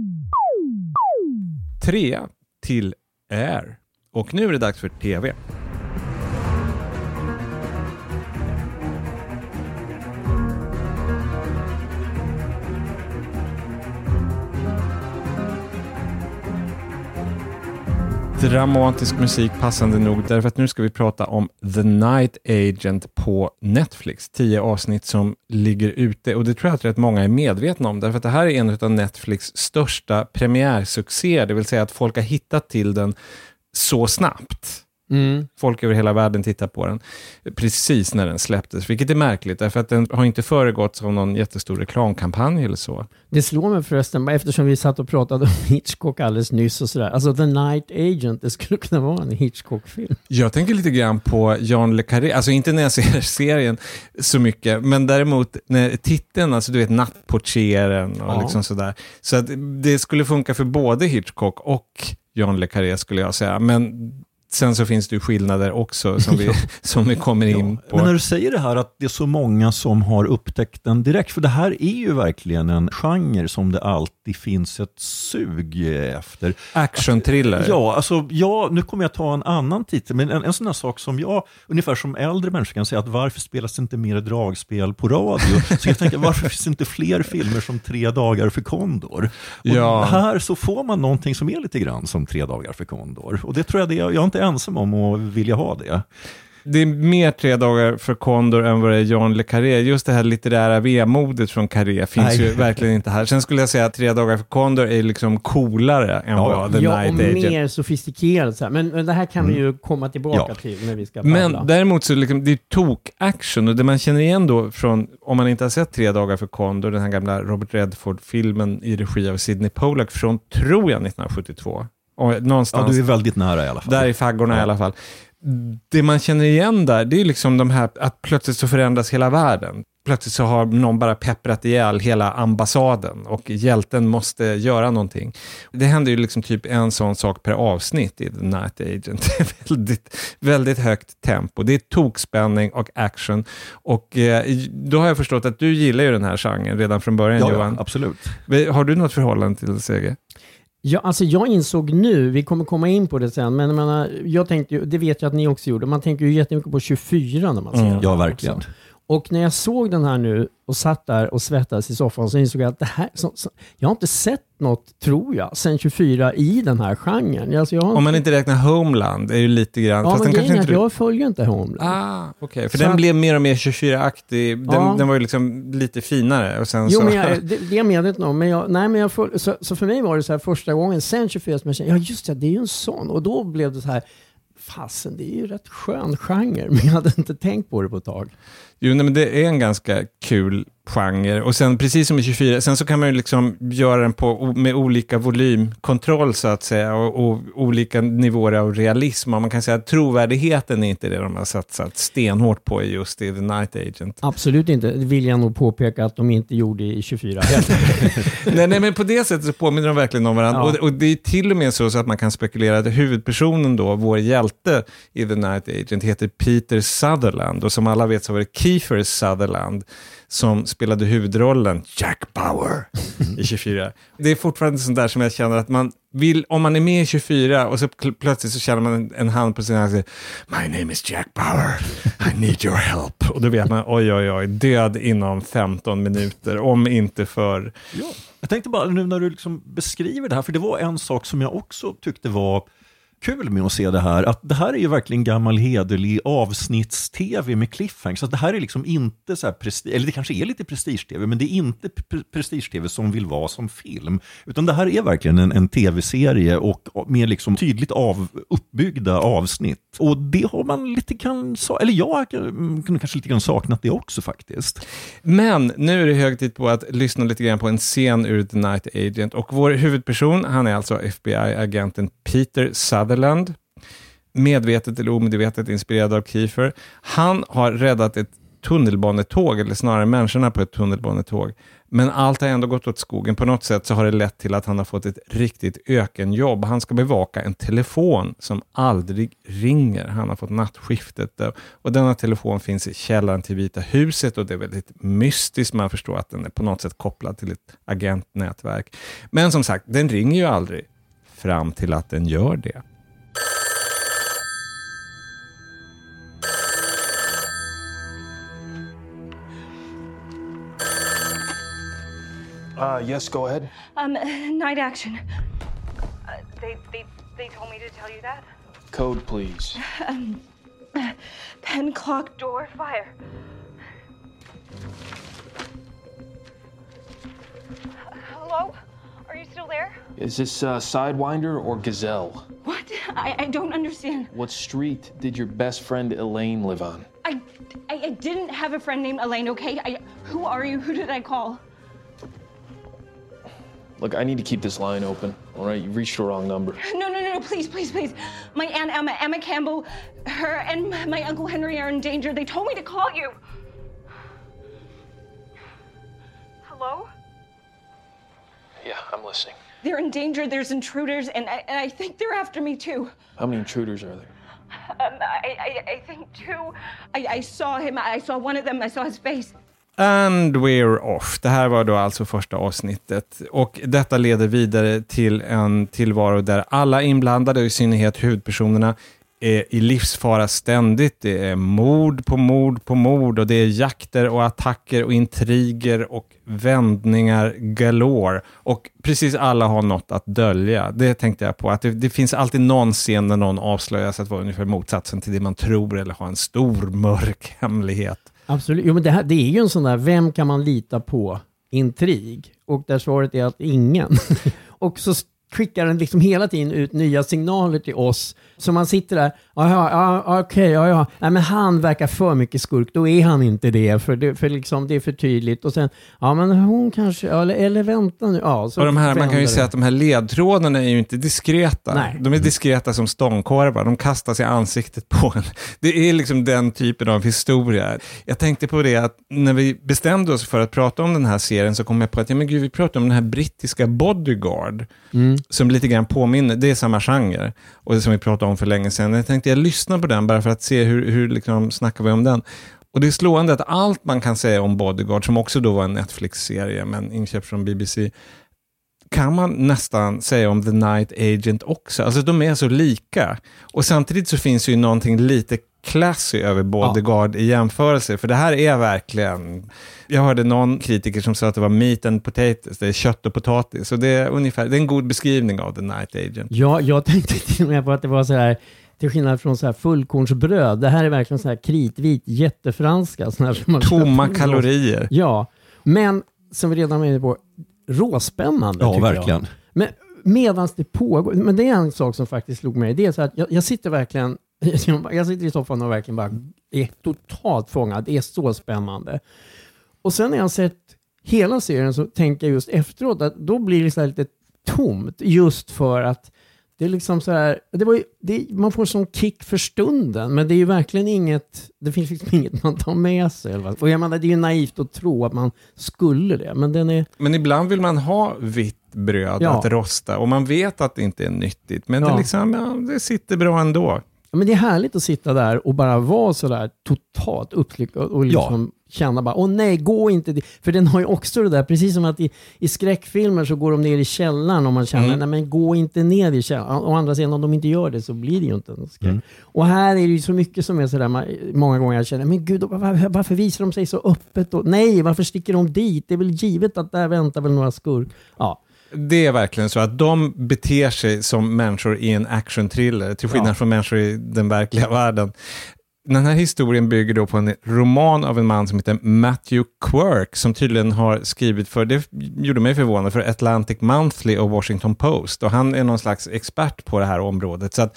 3 till Air. Och nu är det dags för TV. Dramatisk musik passande nog, därför att nu ska vi prata om The Night Agent på Netflix. 10 avsnitt som ligger ute, och det tror jag att rätt många är medvetna om, därför att det här är en av Netflix största premiärsuccéer, det vill säga att folk har hittat till den så snabbt. Folk över hela världen tittar på den precis när den släpptes, vilket är märkligt därför att den har inte föregått av någon jättestor reklamkampanj eller så. Det slår mig förresten, eftersom vi satt och pratade om Hitchcock alldeles nyss och sådär. Alltså The Night Agent, det skulle kunna vara en Hitchcock-film. Jag tänker lite grann på John le Carré, alltså inte när jag ser serien så mycket, men däremot när titeln, alltså du vet nattportieren och liksom sådär. Så att det skulle funka för både Hitchcock och John le Carré skulle jag säga, men sen så finns det ju skillnader också som vi kommer in på. Men när du säger det här att det är så många som har upptäckt den direkt, för det här är ju verkligen en genre som det alltid finns ett sug efter. Action-thriller. Ja, alltså nu kommer jag ta en annan titel, men en sån här sak som jag, ungefär som äldre människor kan säga, att varför spelas det inte mer dragspel på radio? Så jag tänker, varför finns det inte fler filmer som 3 dagar för Kondor? Och här så får man någonting som är lite grann som 3 dagar för Kondor. Och det tror jag jag är inte ensam om att vilja ha det. Det är mer 3 dagar för Kondor än vad det är John le Carré. Just det här litterära vemodet från Carré finns ju verkligen inte här. Sen skulle jag säga att 3 dagar för Kondor är liksom coolare än vad The Night Agent. Ja, och mer sofistikerat. Så här. Men det här kan vi ju komma tillbaka till när vi ska paddla. Men däremot så liksom, det är tok-action, och det man känner igen då från, om man inte har sett 3 dagar för Kondor, den här gamla Robert Redford-filmen i regi av Sidney Pollack från, tror jag, 1972. Och någonstans, ja, du är väldigt nära i alla fall. Där i faggorna i alla fall. Det man känner igen där, det är liksom de här, att plötsligt så förändras hela världen. Plötsligt så har någon bara pepprat ihjäl hela ambassaden och hjälten måste göra någonting. Det händer ju liksom typ en sån sak per avsnitt i The Night Agent. Det är väldigt, väldigt högt tempo. Det är tokspänning och action. Och då har jag förstått att du gillar ju den här genren redan från början, Johan. Ja, absolut. Har du något förhållande till Seger? Ja, alltså jag insåg nu, vi kommer komma in på det sen, men jag tänkte ju, det vet jag att ni också gjorde, man tänker ju jättemycket på 24 när man ser det. Ja, verkligen. Och när jag såg den här nu och satt där och svettades i soffan så insåg jag att det här, jag har inte sett något, tror jag, sen 24 i den här genren. Alltså om man inte räknar Homeland är ju lite grann... Ja, fast men den kanske inte... jag följer inte Homeland. Okej. För så den blev mer och mer 24-aktig. Den var ju liksom lite finare. Och sen jo, så... men det är jag medveten om. Men så för mig var det så här första gången sen 24 som jag kände, ja just det, det är ju en sån. Och då blev det så här, fasen, det är ju rätt skön genre. Men jag hade inte tänkt på det på ett tag. Jo, nej, men det är en ganska kul genre. Och sen precis som i 24, sen så kan man ju liksom göra den med olika volymkontroll så att säga och olika nivåer av realism. Och man kan säga att trovärdigheten är inte det de har satsat stenhårt på just i The Night Agent. Absolut inte. Det vill jag nog påpeka att de inte gjorde i 24. nej, men på det sättet så påminner de verkligen om varandra. Ja. Och det är till och med så att man kan spekulera att huvudpersonen då, vår hjälte i The Night Agent, heter Peter Sutherland. Och som alla vet så var det Kiefer Sutherland som spelade huvudrollen Jack Bauer i 24. Det är fortfarande sånt där som jag känner att man vill, om man är med i 24 och så plötsligt så känner man en hand på sin hand. My name is Jack Bauer, I need your help. Och då vet man, oj, död inom 15 minuter, om inte för... Ja. Jag tänkte bara nu när du liksom beskriver det här, för det var en sak som jag också tyckte var kul med att se det här, att det här är ju verkligen gammal hederlig avsnitts-tv med cliffhanger, så att det här är liksom inte så här eller det kanske är lite prestige-tv, men det är inte prestige-tv som vill vara som film, utan det här är verkligen en tv-serie och med liksom tydligt uppbyggda avsnitt, och det har man lite eller jag kunde kanske lite grann saknat det också faktiskt. Men nu är det hög tid på att lyssna lite grann på en scen ur The Night Agent, och vår huvudperson, han är alltså FBI-agenten Peter Sutherland, medvetet eller omedvetet inspirerad av Kiefer. Han har räddat ett tunnelbanetåg, eller snarare människorna på ett tunnelbanetåg. Men allt har ändå gått åt skogen. På något sätt så har det lett till att han har fått ett riktigt ökenjobb. Han ska bevaka en telefon som aldrig ringer. Han har fått nattskiftet. Och denna telefon finns i källaren till Vita huset, och det är väldigt mystiskt. Man förstår att den är på något sätt kopplad till ett agentnätverk. Men som sagt, den ringer ju aldrig fram till att den gör det. Yes, go ahead. Night action. They told me to tell you that. Code, please. 10 o'clock door fire. Hello? Are you still there? Is this Sidewinder or Gazelle? What? I don't understand. What street did your best friend Elaine live on? I didn't have a friend named Elaine, okay? Who are you? Who did I call? Look, I need to keep this line open, all right? You reached the wrong number. No, please. My Aunt Emma Campbell, her and my Uncle Henry are in danger. They told me to call you. Hello? Yeah, I'm listening. They're in danger. There's intruders, and I think they're after me too. How many intruders are there? I think 2. I saw him. I saw one of them. I saw his face. And we're off. Det här var då alltså första avsnittet. Och detta leder vidare till en tillvaro där alla inblandade, i synnerhet huvudpersonerna, är i livsfara ständigt. Det är mord på mord på mord, och det är jakter och attacker och intriger och vändningar galore. Och precis alla har något att dölja. Det tänkte jag på, att det finns alltid någon scen när någon avslöjas att vara ungefär motsatsen till det man tror, eller har en stor mörk hemlighet. Absolut. Jo, men det är ju en sån där, vem kan man lita på intrig? Och där svaret är att ingen. Och så skickar den liksom hela tiden ut nya signaler till oss. Så man sitter där, okej. Nej, men han verkar för mycket skurk, då är han inte det. För liksom, det är för tydligt. Och sen, men hon kanske, eller vänta nu. Ja, så och man kan ju säga att de här ledtrådarna är ju inte diskreta. Nej. De är diskreta som stångkorvar. De kastas i ansiktet på en. Det är liksom den typen av historia. Jag tänkte på det att när vi bestämde oss för att prata om den här serien, så kom jag på att vi pratar om den här brittiska Bodyguard. Som lite grann påminner, det är samma genre, och det som vi pratade om för länge sedan. Jag tänkte jag lyssnar på den bara för att se hur liksom snackar vi om den. Och det är slående att allt man kan säga om Bodyguard, som också då var en Netflix-serie men inköpt från BBC, kan man nästan säga om The Night Agent också. Alltså de är så lika. Och samtidigt så finns ju någonting lite classy över Bodyguard i jämförelse. För det här är verkligen... Jag hörde någon kritiker som sa att det var meat and potatoes. Det är kött och potatis. Och det är en god beskrivning av The Night Agent. Ja, jag tänkte till och med på att det var så här, till skillnad från så här fullkornsbröd. Det här är verkligen så här kritvit, jättefranska. Tomma kalorier. Ja, men som vi redan var inne på, råspännande. Ja, verkligen. Men medans det pågår, men det är en sak som faktiskt slog mig. Det är så att jag sitter verkligen, jag sitter i soffan och verkligen bara är totalt fångad. Det är så spännande. Och sen när jag sett hela serien så tänker jag just efteråt att då blir det så här lite tomt, just för att det är liksom så här, man får sån kick för stunden, men det är ju verkligen inget, det finns liksom inget man tar med sig. Och jag menar, det är ju naivt att tro att man skulle det, men ibland vill man ha vitt bröd att rosta, och man vet att det inte är nyttigt, men det, liksom, det sitter bra ändå. Ja, men det är härligt att sitta där och bara vara så där totalt uppslyckad och liksom känna bara, nej, gå inte dit. För den har ju också det där, precis som att i skräckfilmer så går de ner i källaren och man känner, nej men gå inte ner i källaren. Å andra sidan, om de inte gör det så blir det ju inte en skräck. Och här är det ju så mycket som är sådär, många gånger jag känner, men gud, varför visar de sig så öppet? Och, nej, varför sticker de dit? Det är väl givet att där väntar väl några skurk. Ja. Det är verkligen så att de beter sig som människor i en action-thriller, till skillnad från människor i den verkliga världen. Den här historien bygger då på en roman av en man som heter Matthew Quirk, som tydligen har skrivit för, det gjorde mig förvånad, för Atlantic Monthly och Washington Post. Och han är någon slags expert på det här området. Så att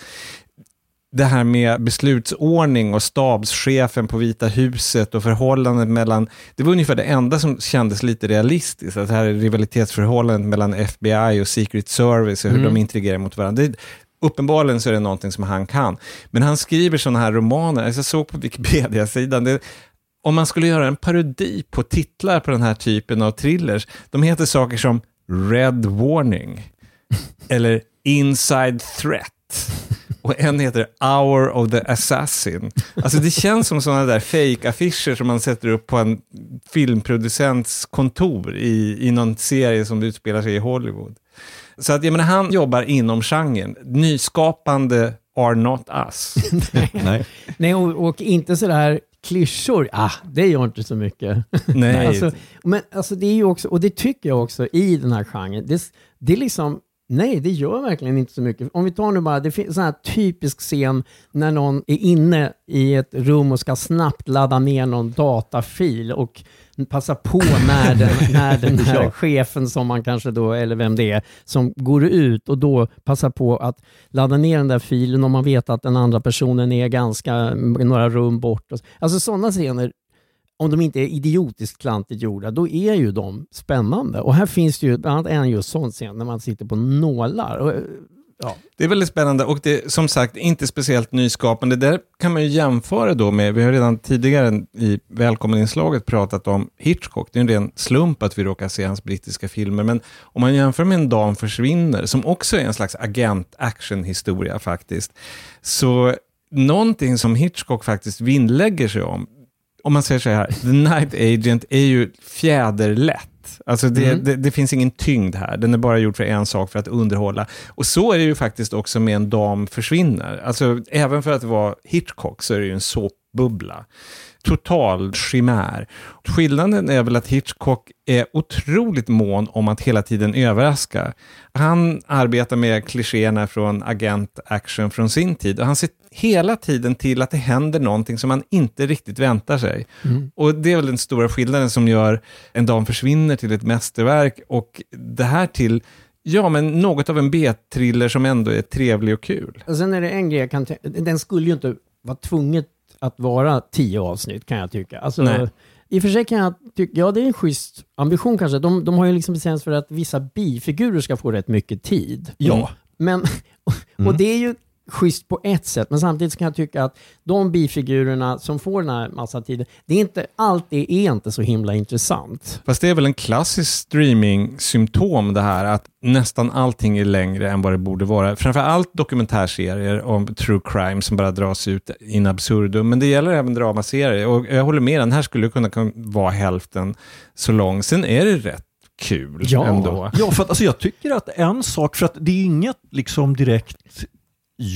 det här med beslutsordning och stabschefen på Vita huset och förhållandet mellan, det var ungefär det enda som kändes lite realistiskt, att det här rivalitetsförhållandet mellan FBI och Secret Service och hur de intrigerar mot varandra. Uppenbarligen så är det någonting som han kan. Men han skriver sådana här romaner, jag såg på Wikipedia-sidan, om man skulle göra en parodi på titlar på den här typen av thrillers, de heter saker som Red Warning eller Inside Threat. Och en heter Hour of the Assassin. Alltså det känns som sådana där fake-affischer som man sätter upp på en filmproducents kontor i någon serie som utspelar sig i Hollywood. Så att jag menar, han jobbar inom genren. Nyskapande are not us. Nej, och inte så där klyschor. Det gör inte så mycket. Nej. Men det är ju också, och det tycker jag också i den här genren. Det är liksom, nej, det gör verkligen inte så mycket. Om vi tar nu bara, det finns sån här typisk scen när någon är inne i ett rum och ska snabbt ladda ner någon datafil och passa på när den här chefen som man kanske då, eller vem det är, som går ut och då passar på att ladda ner den där filen om man vet att den andra personen är ganska några rum bort. Alltså sådana scener, om de inte är idiotiskt klantigt gjorda, då är ju de spännande. Och här finns det ju bland annat en just sån scen när man sitter på nålar. Och, det är väldigt spännande, och det är som sagt inte speciellt nyskapande. Där kan man ju jämföra då med, vi har redan tidigare i välkommeninslaget pratat om Hitchcock. Det är en ren slump att vi råkar se hans brittiska filmer, men om man jämför med En dam försvinner, som också är en slags agent-action-historia faktiskt, så någonting som Hitchcock faktiskt vinnlägger sig om man säger så här, The Night Agent är ju fjäderlätt. Alltså det finns ingen tyngd här. Den är bara gjord för en sak, för att underhålla. Och så är det ju faktiskt också med En dam försvinner. Alltså även för att vara Hitchcock så är det ju en såpbubbla. Total chimär. Skillnaden är väl att Hitchcock är otroligt mån om att hela tiden överraska. Han arbetar med klichéerna från agent-action från sin tid, och han ser hela tiden till att det händer någonting som man inte riktigt väntar sig. Och det är väl den stora skillnaden som gör En dam försvinner till ett mästerverk, och det här till men något av en B-thriller som ändå är trevlig och kul. Och sen är det en grej den skulle ju inte vara tvunget att vara 10 avsnitt, kan jag tycka. Alltså, i och för sig kan jag tycka, det är en schysst ambition kanske. De har ju liksom bestämt för att vissa bifigurer ska få rätt mycket tid. Ja. Men, och det är ju schysst på ett sätt, men samtidigt kan jag tycka att de bifigurerna som får den här massa tiden, allt är inte så himla intressant. Fast det är väl en klassisk streaming-symptom det här, att nästan allting är längre än vad det borde vara. Framförallt dokumentärserier om true crime som bara dras ut in absurdum, men det gäller även dramaserier, och jag håller med, den här skulle kunna vara hälften så lång. Sen är det rätt kul ändå. Ja, för att jag tycker att en sak, för att det är inget liksom direkt djup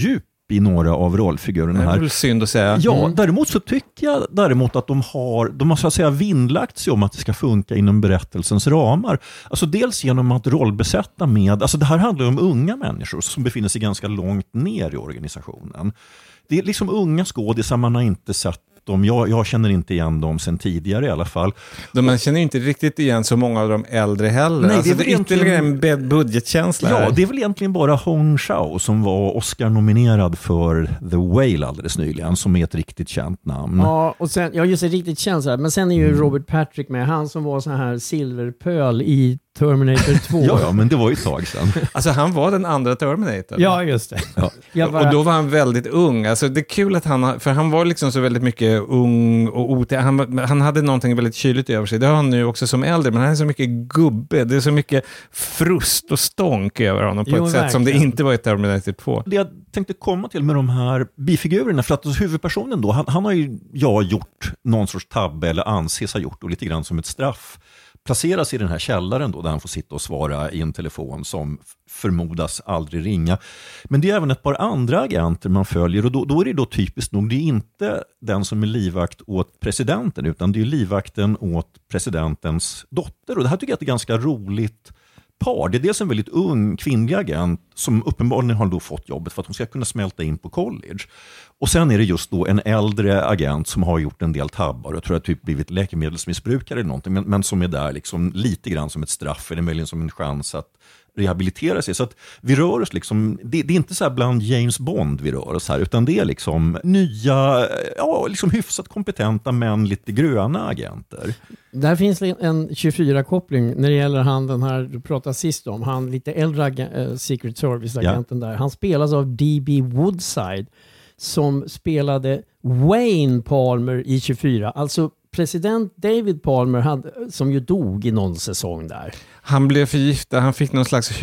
i några av rollfigurerna här. Det är väl synd att säga. Ja, däremot så tycker jag att de har så att säga vinnlagt sig om att det ska funka inom berättelsens ramar. Alltså dels genom att rollbesätta med, alltså det här handlar ju om unga människor som befinner sig ganska långt ner i organisationen. Det är liksom unga skådisar, man har inte sett dem. Jag känner inte igen dem sen tidigare i alla fall. Man känner inte riktigt igen så många av de äldre heller. Nej, alltså, det är ytterligare en budgetkänsla. Ja, här. det är väl egentligen bara Hong Chau som var Oscar-nominerad för The Whale alldeles nyligen, som är ett riktigt känt namn. Ja, och sen, just det, riktigt känt så här. Men sen är ju Robert Patrick med, han som var så här silverpöl i Terminator 2. ja, men det var ju ett tag sedan. Alltså han var den andra Terminator. Ja, just det. Ja. Och då var han väldigt ung. Alltså det är kul att för han var liksom så väldigt mycket ung och han hade någonting väldigt kyligt över sig. Det har han nu också som äldre, men han är så mycket gubbe. Det är så mycket frust och stånk över honom på ett sätt som det inte var i Terminator 2. Det jag tänkte komma till med de här bifigurerna, för att huvudpersonen då, han har ju gjort någon sorts tabbe eller anses ha gjort, och lite grann som ett straff placeras i den här källaren då, där han får sitta och svara i en telefon som förmodas aldrig ringa. Men det är även ett par andra agenter man följer, och då är det då typiskt nog, det är inte den som är livvakt åt presidenten, utan det är livvakten åt presidentens dotter. Och det här tycker jag är ett ganska roligt par. Det är dels en väldigt ung kvinnlig agent som uppenbarligen har då fått jobbet för att hon ska kunna smälta in på college. Och sen är det just då en äldre agent som har gjort en del tabbar. Jag tror att typ blivit läkemedelsmissbrukare eller någonting, men som är där liksom lite grann som ett straff eller möjligen som en chans att rehabilitera sig. Så att vi rör oss liksom, det är inte så här bland James Bond vi rör oss här, utan det är liksom nya, liksom hyfsat kompetenta men lite gröna agenter. Där finns en 24-koppling när det gäller han den här du pratade sist om, han lite äldre Secret Service-agenten där. Han spelas av D.B. Woodside som spelade Wayne Palmer i 24. Alltså president David Palmer som ju dog i någon säsong där. Han blev förgiftad, han fick någon slags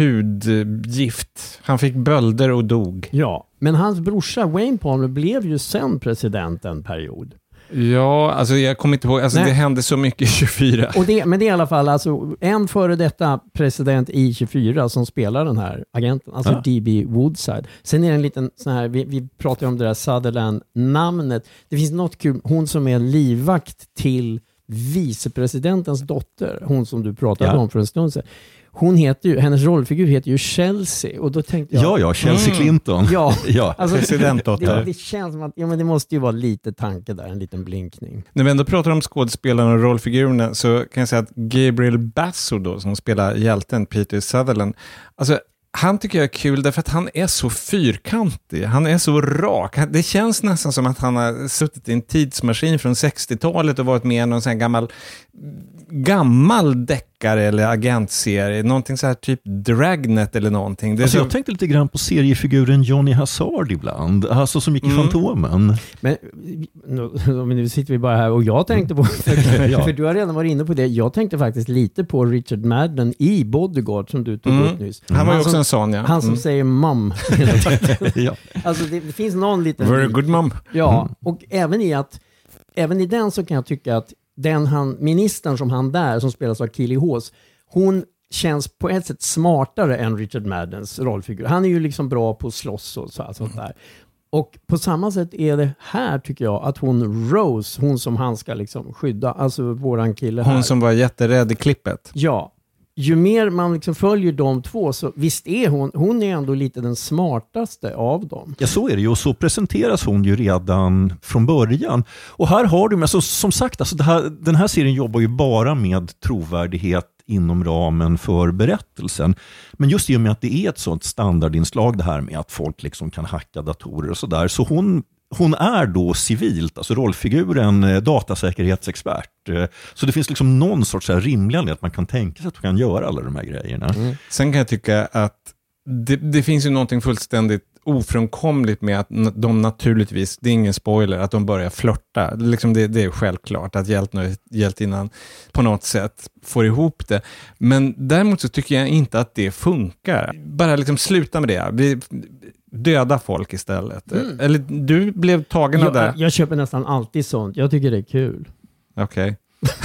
hudgift. Han fick bölder och dog. Ja, men hans brorsa Wayne Palmer blev ju sen president en period. Ja, alltså jag kommer inte ihåg. Alltså det hände så mycket i 24. Men det är i alla fall alltså, en före detta president i 24 som spelar den här agenten. Alltså D.B. Woodside. Sen är det en liten sån här, vi pratar om det där Sutherland-namnet. Det finns något kul. Hon som är livvakt till vicepresidentens dotter. Hon som du pratade om för en stund sedan. Hennes rollfigur heter ju Chelsea, och då tänkte jag... Chelsea Clinton. Ja. Alltså, presidentdotter. Det känns som att men det måste ju vara lite tanke där, en liten blinkning. När vi ändå pratar om skådespelarna och rollfigurerna så kan jag säga att Gabriel Basso då, som spelar hjälten Peter Sutherland, alltså han tycker jag är kul därför att han är så fyrkantig. Han är så rak. Det känns nästan som att han har suttit i en tidsmaskin från 60-talet och varit med i någon sån här gammal deckare eller agentserie. Någonting så här typ Dragnet eller någonting. Alltså jag tänkte lite grann på seriefiguren Johnny Hazard ibland. Alltså som gick i Fantomen. Men nu sitter vi bara här och jag tänkte på för du har redan varit inne på det. Jag tänkte faktiskt lite på Richard Madden i Bodyguard som du tog upp nyss. Han var ju också en sån, Han som säger mum. Ja. Alltså det finns någon liten... Very good mum. Ja, och även i den så kan jag tycka att ministern som han där, som spelas av Keely Hawes, hon känns på ett sätt smartare än Richard Maddens rollfigur. Han är ju liksom bra på att slåss och sånt där. Och på samma sätt är det här, tycker jag, att Rose, hon som han ska liksom skydda, alltså våran kille här. Hon som var jätterädd i klippet. Ja. Ju mer man liksom följer de två, så visst är hon är ändå lite den smartaste av dem. Ja, så är det ju, och så presenteras hon ju redan från början. Och här har du, alltså, som sagt, alltså den här serien jobbar ju bara med trovärdighet inom ramen för berättelsen. Men just i och med att det är ett sånt standardinslag det här med att folk liksom kan hacka datorer och sådär, så hon är då civilt, alltså rollfiguren datasäkerhetsexpert. Så det finns liksom någon sorts rimlig anledning att man kan tänka sig att man kan göra alla de här grejerna. Sen kan jag tycka att det finns ju någonting fullständigt ofrånkomligt med att de naturligtvis, det är ingen spoiler, att de börjar flirta. Liksom det är självklart att hjältinnan på något sätt får ihop det. Men däremot så tycker jag inte att det funkar. Bara liksom sluta med det. Döda folk istället. Eller du blev tagen av det? Jag köper nästan alltid sånt. Jag tycker det är kul. Okej.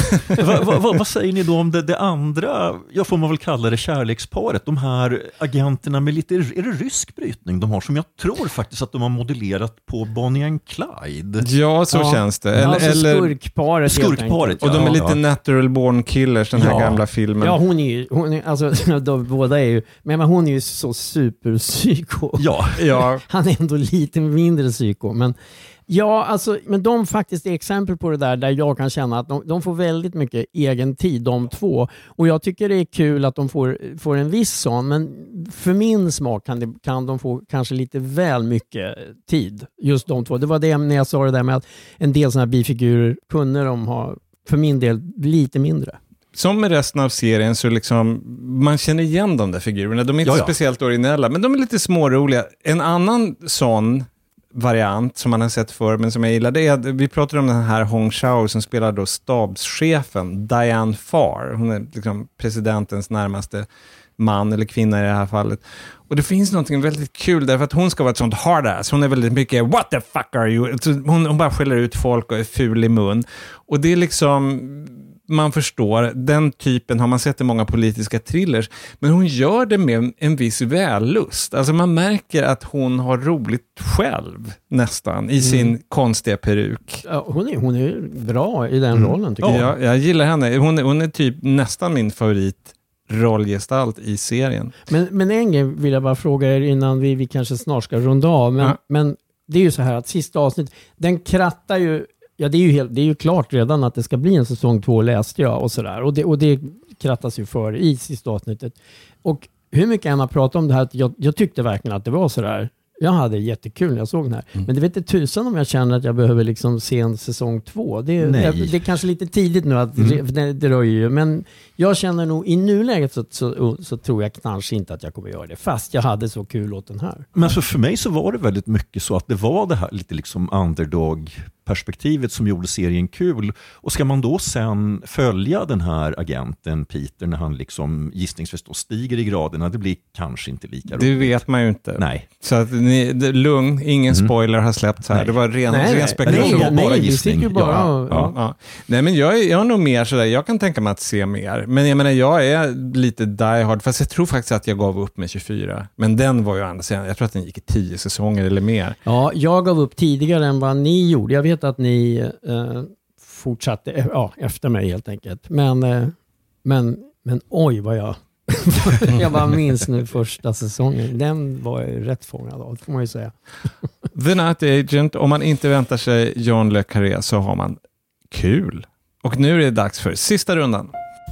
Vad säger ni då om det andra, jag får man väl kalla det kärleksparet, de här agenterna med lite, är det rysk brytning de har, som jag tror faktiskt att de har modellerat på Bonnie and Clyde? Ja, så känns det. Eller skurkparet. Och de är lite natural born killers, den här gamla filmen. Ja, hon är alltså, båda är ju, men hon är ju så superpsyko. Ja. Han är ändå lite mindre psyko, men ja, alltså, men de faktiskt är exempel på det där jag kan känna att de får väldigt mycket egen tid, de två. Och jag tycker det är kul att de får en viss sån, men för min smak kan de få kanske lite väl mycket tid, just de två. Det var det när jag sa det där med att en del sådana här bifigurer kunde de ha, för min del, lite mindre. Som med resten av serien så liksom, man känner igen de där figurerna. De är inte speciellt originella, men de är lite småroliga. En annan sån variant som man har sett förr, men som jag gillar, det är att vi pratar om den här Hong Chau som spelar då stabschefen Diane Farr. Hon är liksom presidentens närmaste man eller kvinna i det här fallet. Och det finns någonting väldigt kul därför att hon ska vara ett sånt hard-ass. Hon är väldigt mycket what the fuck are you? Hon bara skäller ut folk och är ful i mun. Och det är liksom, man förstår, den typen har man sett i många politiska thrillers, men hon gör det med en viss vällust. Alltså man märker att hon har roligt själv nästan i sin konstiga peruk. Ja, hon är bra i den rollen tycker jag. Ja, jag gillar henne. Hon är typ nästan min favoritrollgestalt i serien. Men en grej vill jag bara fråga er innan vi kanske snart ska runda av, men det är ju så här att sista avsnitt, den krattar ju. Ja, det är ju klart redan att det ska bli en säsong 2, läste jag och sådär. Och det krattas ju för i sista avsnittet. Och hur mycket jag har pratat om det här, att jag tyckte verkligen att det var sådär. Jag hade jättekul när jag såg den här. Men det vet inte tusan om jag känner att jag behöver liksom se en säsong 2. Det är kanske lite tidigt nu att det rör ju. Men jag känner nog i nuläget så tror jag kanske inte att jag kommer göra det. Fast jag hade så kul åt den här. Men alltså för mig så var det väldigt mycket så att det var det här lite liksom underdog-perspektivet som gjorde serien kul. Och ska man då sen följa den här agenten Peter när han liksom gissningsvis då stiger i graderna, det blir kanske inte lika roligt. Det vet man ju inte. Nej. Så att lugn, ingen spoiler har släppts här. Nej. Det var ren spekulation. Bara gissning. Nej, men jag är nog mer sådär, jag kan tänka mig att se mer. Men jag menar, jag är lite diehard, fast jag tror faktiskt att jag gav upp med 24. Men den var ju andra sidan, jag tror att den gick i 10 säsonger eller mer. Ja, jag gav upp tidigare än vad ni gjorde. Jag vet att ni fortsatte efter mig helt enkelt. Men oj vad jag bara minns nu första säsongen. Den var jag rätt fångad av, får man ju säga. The Night Agent, om man inte väntar sig John Le Carré så har man kul. Och nu är det dags för sista rundan.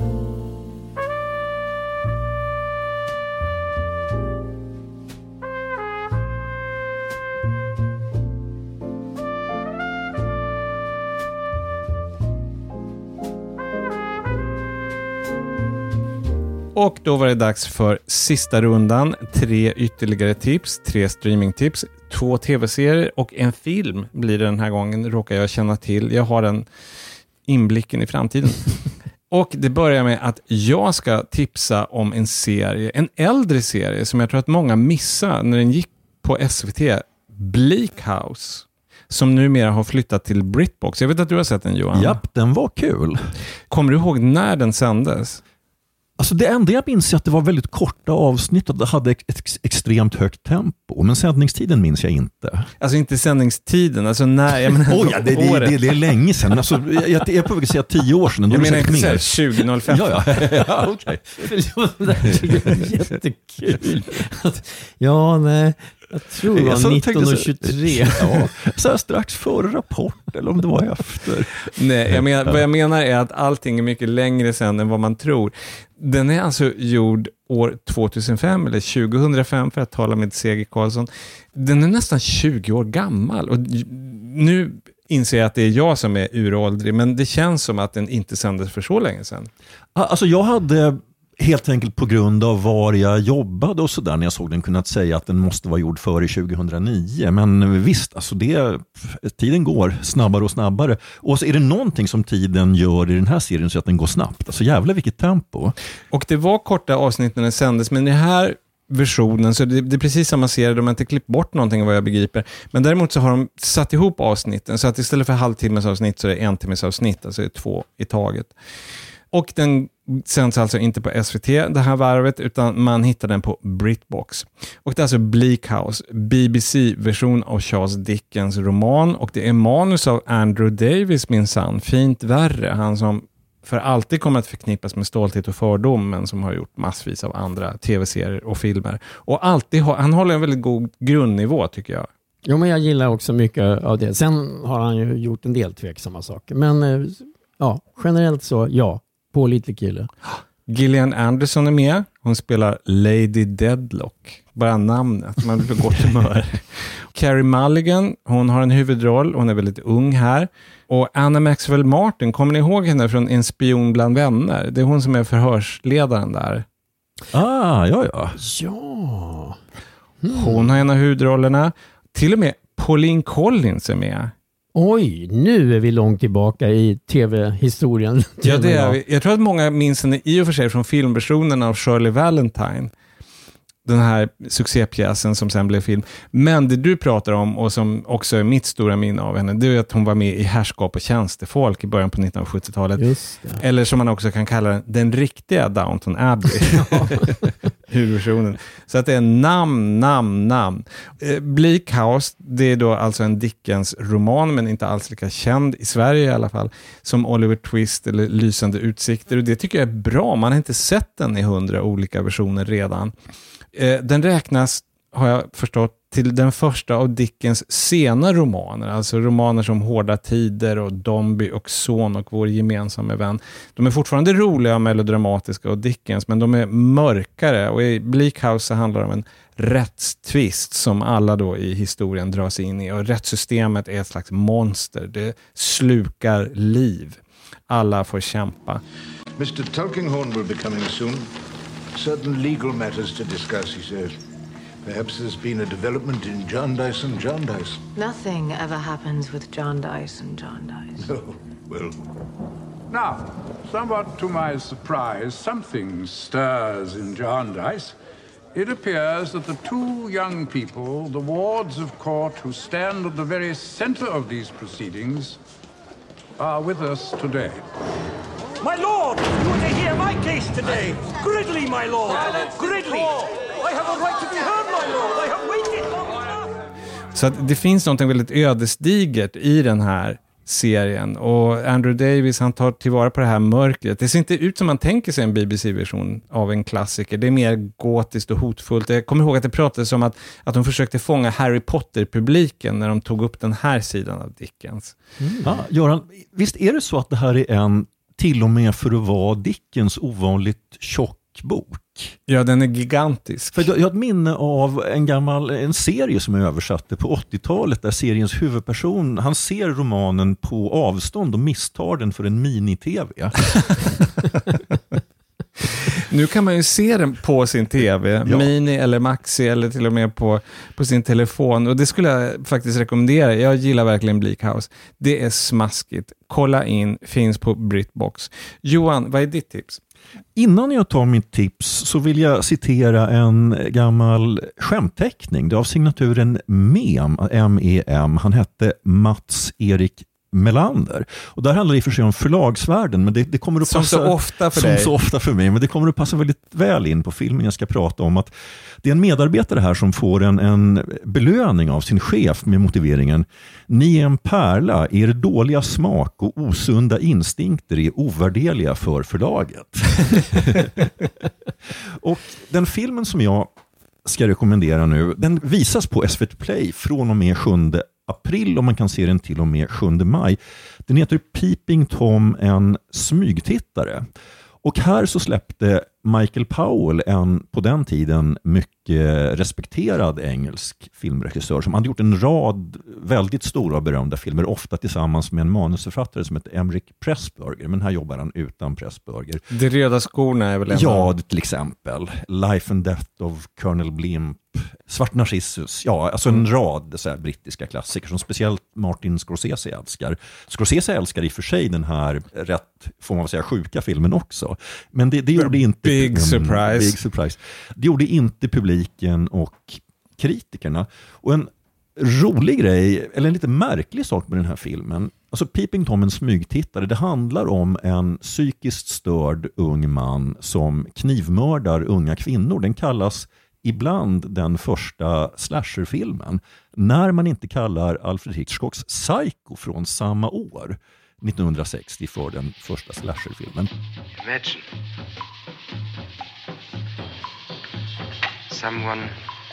Och då var det dags för sista rundan. 3 ytterligare tips, 3 streamingtips, 2 tv-serier och en film blir det den här gången, råkar jag känna till. Jag har en inblicken i framtiden. Och det börjar med att jag ska tipsa om en serie, en äldre serie som jag tror att många missade när den gick på SVT, Bleak House, som numera har flyttat till BritBox. Jag vet att du har sett den, Johan. Japp, den var kul. Kommer du ihåg när den sändes? Alltså det enda jag minns är att det var väldigt korta avsnitt och det hade ett extremt högt tempo. Men sändningstiden minns jag inte. Alltså inte sändningstiden, alltså när... Jag menar, det är länge sedan. Alltså, jag är på väg att säga 10 år sedan. Jag menar inte 2005. Ja, okej. Det är jättekul. Ja, nej. Jag tror det var 1923. Ja, så här strax före Rapport eller om det var efter. Nej, vad jag menar är att allting är mycket längre sedan än vad man tror. Den är alltså gjord år 2005 eller 2005 för att tala med C.G. Karlsson. Den är nästan 20 år gammal och nu inser jag att det är jag som är uråldrig, men det känns som att den inte sändes för så länge sedan. Alltså jag hade helt enkelt på grund av var jag jobbade och sådär när jag såg den kunnat säga att den måste vara gjord före 2009. Men visst, alltså tiden går snabbare och snabbare. Och så är det någonting som tiden gör i den här serien så att den går snabbt. Alltså jävla vilket tempo. Och det var korta avsnitt när den sändes, men det här versionen, så det är precis samma serie, de har inte klippt bort någonting vad jag begriper, men däremot så har de satt ihop avsnitten så att istället för halvtimmes avsnitt så är det 1 timmes avsnitt, alltså 2 i taget. Och den sänds alltså inte på SVT det här varvet, utan man hittar den på BritBox. Och det är alltså Bleak House, BBC-version av Charles Dickens roman, och det är manus av Andrew Davies minsann, fint värre, han som för alltid kommer att förknippas med Stolthet och fördom, men som har gjort massvis av andra tv-serier och filmer. Och alltid han håller en väldigt god grundnivå, tycker jag. Jo, men jag gillar också mycket av det. Sen har han ju gjort en del tveksamma saker. Men ja, generellt så ja, pålitlig kille. Gillian Anderson är med. Hon spelar Lady Deadlock. Bara namnet, man blir på gott humör. Carey Mulligan, hon har en huvudroll. Hon är väldigt ung här. Och Anna Maxwell Martin, kommer ni ihåg henne från En spion bland vänner? Det är hon som är förhörsledaren där. Ja. Hon har en av huvudrollerna. Till och med Pauline Collins är med. Oj, nu är vi långt tillbaka i tv-historien. Ja, det är vi. Jag tror att många minns henne i och för sig från filmversionen av Shirley Valentine. Den här succépjäsen som sen blev film. Men det du pratar om, och som också är mitt stora minne av henne, det är att hon var med i Härskap och tjänstefolk i början på 1970-talet. Just det. Eller som man också kan kalla den riktiga Downton Abbey. Huvudversionen. Så att det är namn. Bleak House, det är då alltså en Dickens-roman, men inte alls lika känd i Sverige i alla fall, som Oliver Twist eller Lysande utsikter. Och det tycker jag är bra. Man har inte sett den i 100 olika versioner redan. Den räknas, har jag förstått, till den första av Dickens sena romaner. Alltså romaner som Hårda tider och Dombey och son och Vår gemensamma vän. De är fortfarande roliga och melodramatiska och Dickens, men de är mörkare. Och i Bleak House så handlar det om en rättstvist som alla då i historien dras in i. Och rättssystemet är ett slags monster. Det slukar liv. Alla får kämpa. Mr. Tulkinghorn will be coming soon. Certain legal matters to discuss, he says. Perhaps there's been a development in Jarndyce and Jarndyce. Nothing ever happens with Jarndyce and Jarndyce. Oh, well. Now, somewhat to my surprise, something stirs in Jarndyce. It appears that the two young people, the wards of court who stand at the very center of these proceedings, are with us today. My lord, you are to hear my case today. Gridley, my lord. Gridley. I have a right to be heard, my lord. I have waited long enough. Så att det finns något väldigt ödesdigert i den här serien. Och Andrew Davies, han tar tillvara på det här mörkret. Det ser inte ut som man tänker sig en BBC-version av en klassiker. Det är mer gotiskt och hotfullt. Jag kommer ihåg att det pratades om att de försökte fånga Harry Potter-publiken när de tog upp den här sidan av Dickens. Ja, Göran, visst är det så att det här är en till och med för att vara Dickens ovanligt tjock bok? Ja, den är gigantisk. För jag har ett minne av en serie som jag översatte på 80-talet där seriens huvudperson, han ser romanen på avstånd och misstar den för en mini-tv. Nu kan man ju se den på sin tv, mini eller maxi eller till och med på sin telefon. Och det skulle jag faktiskt rekommendera. Jag gillar verkligen Bleak House. Det är smaskigt. Kolla in, finns på BritBox. Johan, vad är ditt tips? Innan jag tar mitt tips så vill jag citera en gammal skämtteckning. Det är av signaturen MEM, M-E-M. Han hette Mats Erik Melander. Och där handlar det i och för sig om förlagsvärlden, men det kommer att passa så ofta för dig. Så ofta för mig, men det kommer att passa väldigt väl in på filmen jag ska prata om. Att det är en medarbetare här som får en belöning av sin chef med motiveringen: ni är en pärla, er dåliga smak och osunda instinkter är ovärdeliga för förlaget. Och den filmen som jag ska rekommendera nu, den visas på SVT Play från och med 7 april och man kan se den till och med 7 maj. Den heter Peeping Tom, en smygtittare. Och här så släppte Michael Powell, en på den tiden mycket respekterad engelsk filmregissör som hade gjort en rad väldigt stora och berömda filmer, ofta tillsammans med en manusförfattare som heter Emmerich Pressburger, men här jobbar han utan Pressburger. De röda skorna är väl en Ja, till exempel Life and Death of Colonel Blimp, Svart Narcissus, ja, alltså en rad så här brittiska klassiker som speciellt Martin Scorsese älskar. Scorsese älskar i och för sig den här rätt, får man säga, sjuka filmen också. Men det gjorde inte... Big surprise. Det gjorde inte publiken och kritikerna. Och en rolig grej, eller en lite märklig sak med den här filmen, alltså Peeping Tom, en smygtittare, det handlar om en psykiskt störd ung man som knivmördar unga kvinnor. Den kallas ibland den första slasherfilmen, när man inte kallar Alfred Hitchcocks Psycho från samma år, 1960, för den första slasherfilmen. Imagine someone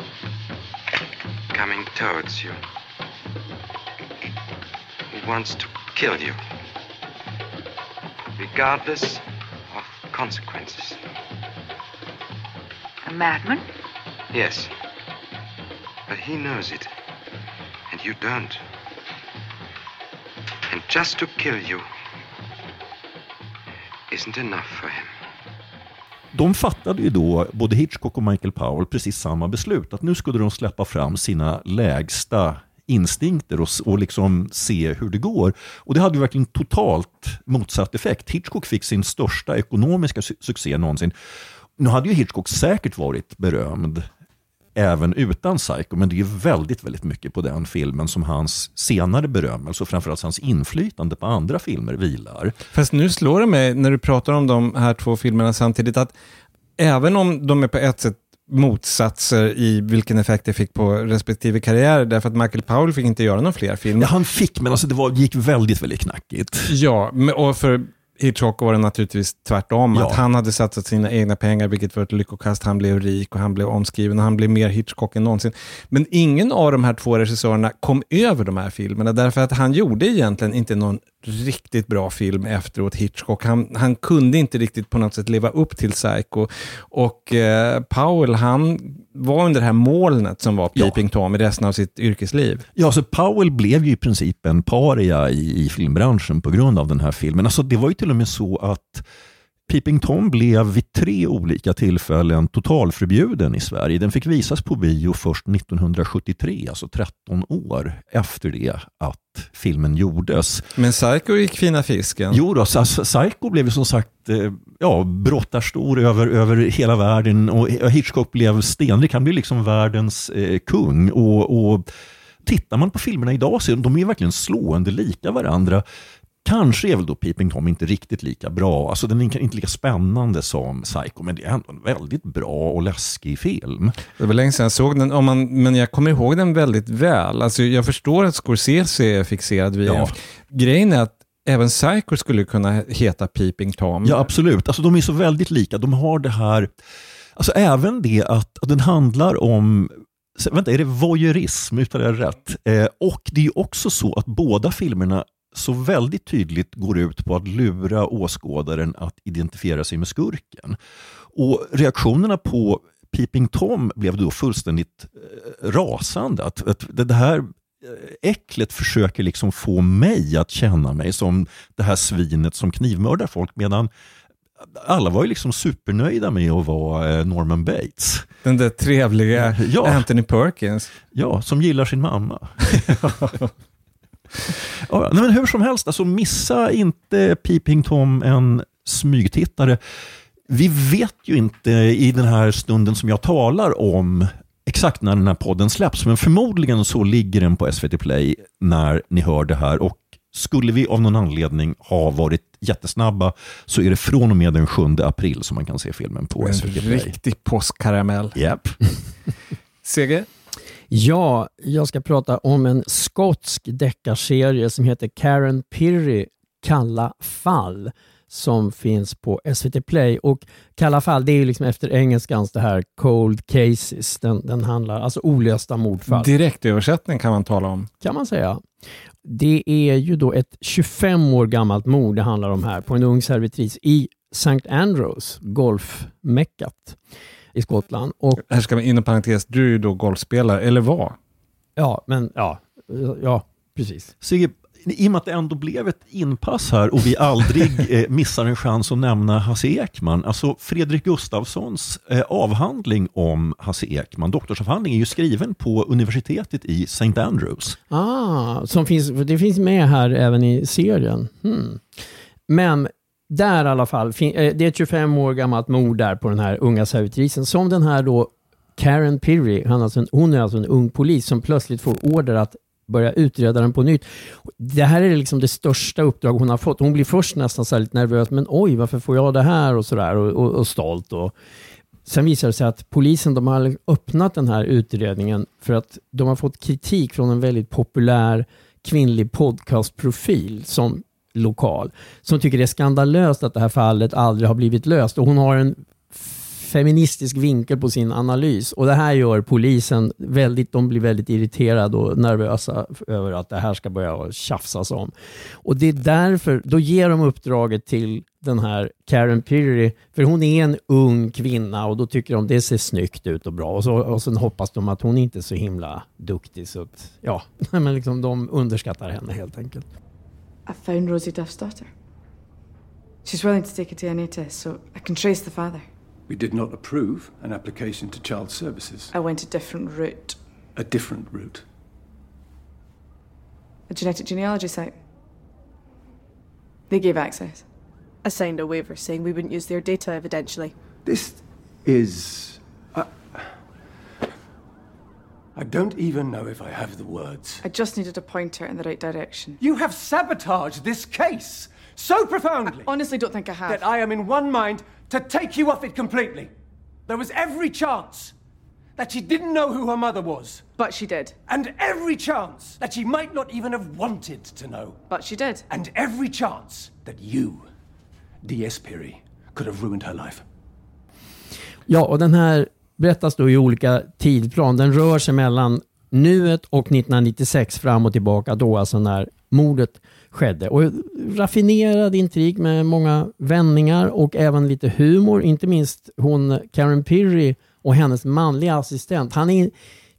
coming towards you who wants to kill you, regardless of consequences. A madman? Yes, but he knows it, and you don't. And just to kill you isn't enough for him. De fattade ju då, både Hitchcock och Michael Powell, precis samma beslut. Att nu skulle de släppa fram sina lägsta instinkter och liksom se hur det går. Och det hade ju verkligen totalt motsatt effekt. Hitchcock fick sin största ekonomiska succé någonsin. Nu hade ju Hitchcock säkert varit berömd även utan Psycho, men det är ju väldigt, väldigt mycket på den filmen som hans senare berömmelse och framförallt hans inflytande på andra filmer vilar. Fast nu slår det mig när du pratar om de här två filmerna samtidigt att även om de är på ett sätt motsatser i vilken effekt det fick på respektive karriär, därför att Michael Powell fick inte göra någon fler film. Ja, han fick, men alltså det gick väldigt, väldigt knackigt. Ja, och för Hitchcock var det naturligtvis tvärtom. Ja. Att han hade satsat sina egna pengar, vilket var ett lyckokast. Han blev rik och han blev omskriven och han blev mer Hitchcock än någonsin. Men ingen av de här två regissörerna kom över de här filmerna, därför att han gjorde egentligen inte någon riktigt bra film efteråt, Hitchcock. Han kunde inte riktigt på något sätt leva upp till Psycho. Och Powell, han var under det här molnet som var Peeping Tom i resten av sitt yrkesliv. Ja, så Powell blev ju i princip en paria i filmbranschen på grund av den här filmen. Alltså det var ju till och med så att Peeping Tom blev vid 3 olika tillfällen totalförbjuden i Sverige. Den fick visas på bio först 1973, alltså 13 år efter det att filmen gjordes. Men Psycho gick fina fisken. Jo då, Psycho blev ju som sagt brottarstor över hela världen och Hitchcock blev stenrik. Han blev liksom världens kung och tittar man på filmerna idag så de är ju verkligen slående lika varandra. Kanske är väl då Peeping Tom inte riktigt lika bra. Alltså den är inte lika spännande som Psycho, men det är ändå en väldigt bra och läskig film. Det var länge sedan jag såg den, men jag kommer ihåg den väldigt väl. Alltså jag förstår att Scorsese är fixerad vid den. Grejen är att även Psycho skulle kunna heta Peeping Tom. Ja, absolut. Alltså de är så väldigt lika. De har det här, alltså även det att den handlar om, vänta, är det voyeurism, utan det är rätt? Och det är ju också så att båda filmerna så väldigt tydligt går ut på att lura åskådaren att identifiera sig med skurken. Och reaktionerna på Peeping Tom blev då fullständigt rasande. Att det här äcklet försöker liksom få mig att känna mig som det här svinet som knivmördar folk, medan alla var ju liksom supernöjda med att vara Norman Bates. Den där trevliga Anthony Perkins. Ja, som gillar sin mamma. Ja, men hur som helst, alltså missa inte Peeping Tom en smygtittare. Vi vet ju inte i den här stunden som jag talar om exakt när den här podden släpps, men förmodligen så ligger den på SVT Play när ni hör det här, och skulle vi av någon anledning ha varit jättesnabba så är det från och med den 7 april som man kan se filmen på SVT Play. En riktig påskkaramell. Japp. Seger? Ja, jag ska prata om en skotsk deckarserie som heter Karen Pirrie, Kalla fall, som finns på SVT Play. Och Kalla fall, det är ju liksom efter engelskans det här Cold Cases. Den handlar alltså olösta mordfall. Direktöversättning kan man tala om. Kan man säga. Det är ju då ett 25 år gammalt mord det handlar om här på en ung servitris i St. Andrews, golfmeckat i Skottland. Och här ska man inom parentes, du är ju då golfspelare, eller vad? Ja, men ja, precis. Sigge, I och med att det ändå blev ett inpass här och vi aldrig missar en chans att nämna Hasse Ekman. Alltså Fredrik Gustafssons avhandling om Hasse Ekman, doktorsavhandling, är ju skriven på universitetet i St. Andrews. Det finns med här även i serien. Men där i alla fall, det är ett 25 år gammalt mord där på den här unga servitrisen som den här då Karen Pirrie, hon är alltså en ung polis som plötsligt får order att börja utreda den på nytt. Det här är liksom det största uppdrag hon har fått. Hon blir först nästan så här lite nervös, men oj, varför får jag det här och sådär och stolt. Och sen visar det sig att polisen, de har öppnat den här utredningen för att de har fått kritik från en väldigt populär kvinnlig podcastprofil som lokal, som tycker det är skandalöst att det här fallet aldrig har blivit löst, och hon har en feministisk vinkel på sin analys, och det här gör polisen de blir väldigt irriterade och nervösa över att det här ska börja tjafsas om, och det är därför då ger de uppdraget till den här Karen Pirrie, för hon är en ung kvinna och då tycker de det ser snyggt ut och bra, och sen hoppas de att hon inte är så himla duktig, så att, ja, men liksom de underskattar henne helt enkelt. I found Rosie Duff's daughter. She's willing to take a DNA test so I can trace the father. We did not approve an application to Child Services. I went a different route. A different route? A genetic genealogy site. They gave access. I signed a waiver saying we wouldn't use their data evidentially. This is... I don't even know if I have the words. I just needed a pointer in the right direction. You have sabotaged this case so profoundly. I honestly don't think I have. That I am in one mind to take you off it completely. There was every chance that she didn't know who her mother was. But she did. And every chance that she might not even have wanted to know. But she did. And every chance that you, D.S. Pirrie, could have ruined her life. Ja, och den här berättas då i olika tidplan. Den rör sig mellan nuet och 1996 fram och tillbaka, då alltså när mordet skedde. Och raffinerad intrig med många vändningar och även lite humor. Inte minst hon Karen Pirrie och hennes manliga assistent. Han är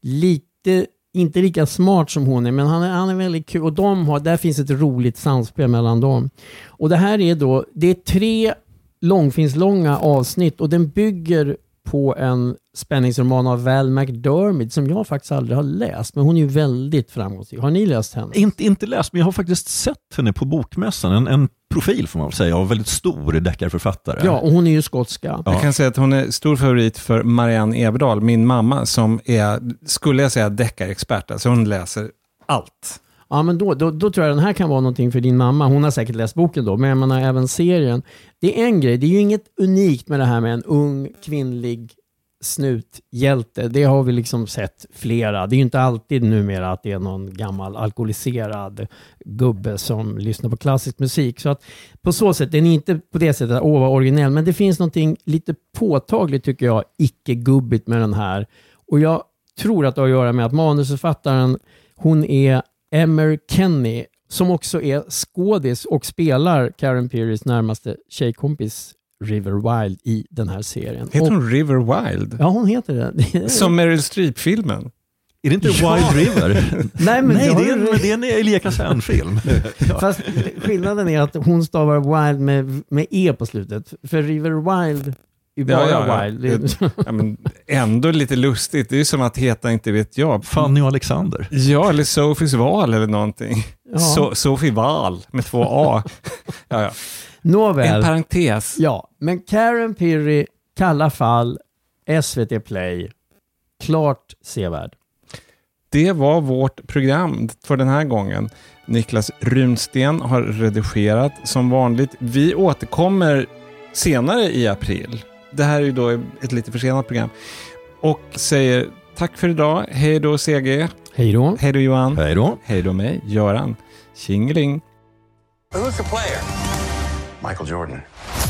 inte lika smart som hon är, men han är väldigt kul. Och där finns ett roligt samspel mellan dem. Och det här är 3 långfilmslånga avsnitt, och den bygger på en spänningsroman av Val McDermid som jag faktiskt aldrig har läst, men hon är ju väldigt framgångsrik. Har ni läst henne? Inte läst, men jag har faktiskt sett henne på bokmässan. En profil får man säga, av väldigt stor deckarförfattare. Ja, och hon är ju skotska. Ja. Jag kan säga att hon är stor favorit för Marianne Everdahl, min mamma, som är, skulle jag säga, deckarexpert. Alltså hon läser allt. Ja, men då tror jag den här kan vara någonting för din mamma. Hon har säkert läst boken då, men jag menar även serien. Det är en grej, det är ju inget unikt med det här med en ung kvinnlig snuthjälte. Det har vi liksom sett flera. Det är ju inte alltid numera att det är någon gammal alkoholiserad gubbe som lyssnar på klassisk musik. Så att på så sätt, den är inte på det sättet vad originell, men det finns någonting lite påtagligt, tycker jag, icke-gubbigt med den här. Och jag tror att det har att göra med att manusförfattaren, hon är Emer Kenny, som också är skådis och spelar Karen Pirries närmaste tjejkompis River Wild i den här serien. Heter hon River Wild? Ja, hon heter det. Som Meryl Streep-filmen. Är det inte Wild River? Nej, det är en Elia Kazan-film. Ja. Fast skillnaden är att hon stavar Wild med E på slutet. För River Wild är bara Wild. Ja, men ändå lite lustigt. Det är ju som att heta, inte vet jag, Fanny och Alexander. Ja, eller Sofies Val eller någonting. Ja. Sofie Val med 2 A. Ja. Nåväl. En parentes. Ja, men Karen Pirrie, Kalla fall, SVT Play, klart sevärd. Det var vårt program för den här gången. Niklas Runsten har redigerat som vanligt. Vi återkommer senare i april. Det här är ju då ett lite försenat program. Och säger tack för idag. Hej då CG. Hej då. Hej då Johan. Hej då. Hej då mig, Göran. Tjingeling. Who's the player? Michael Jordan.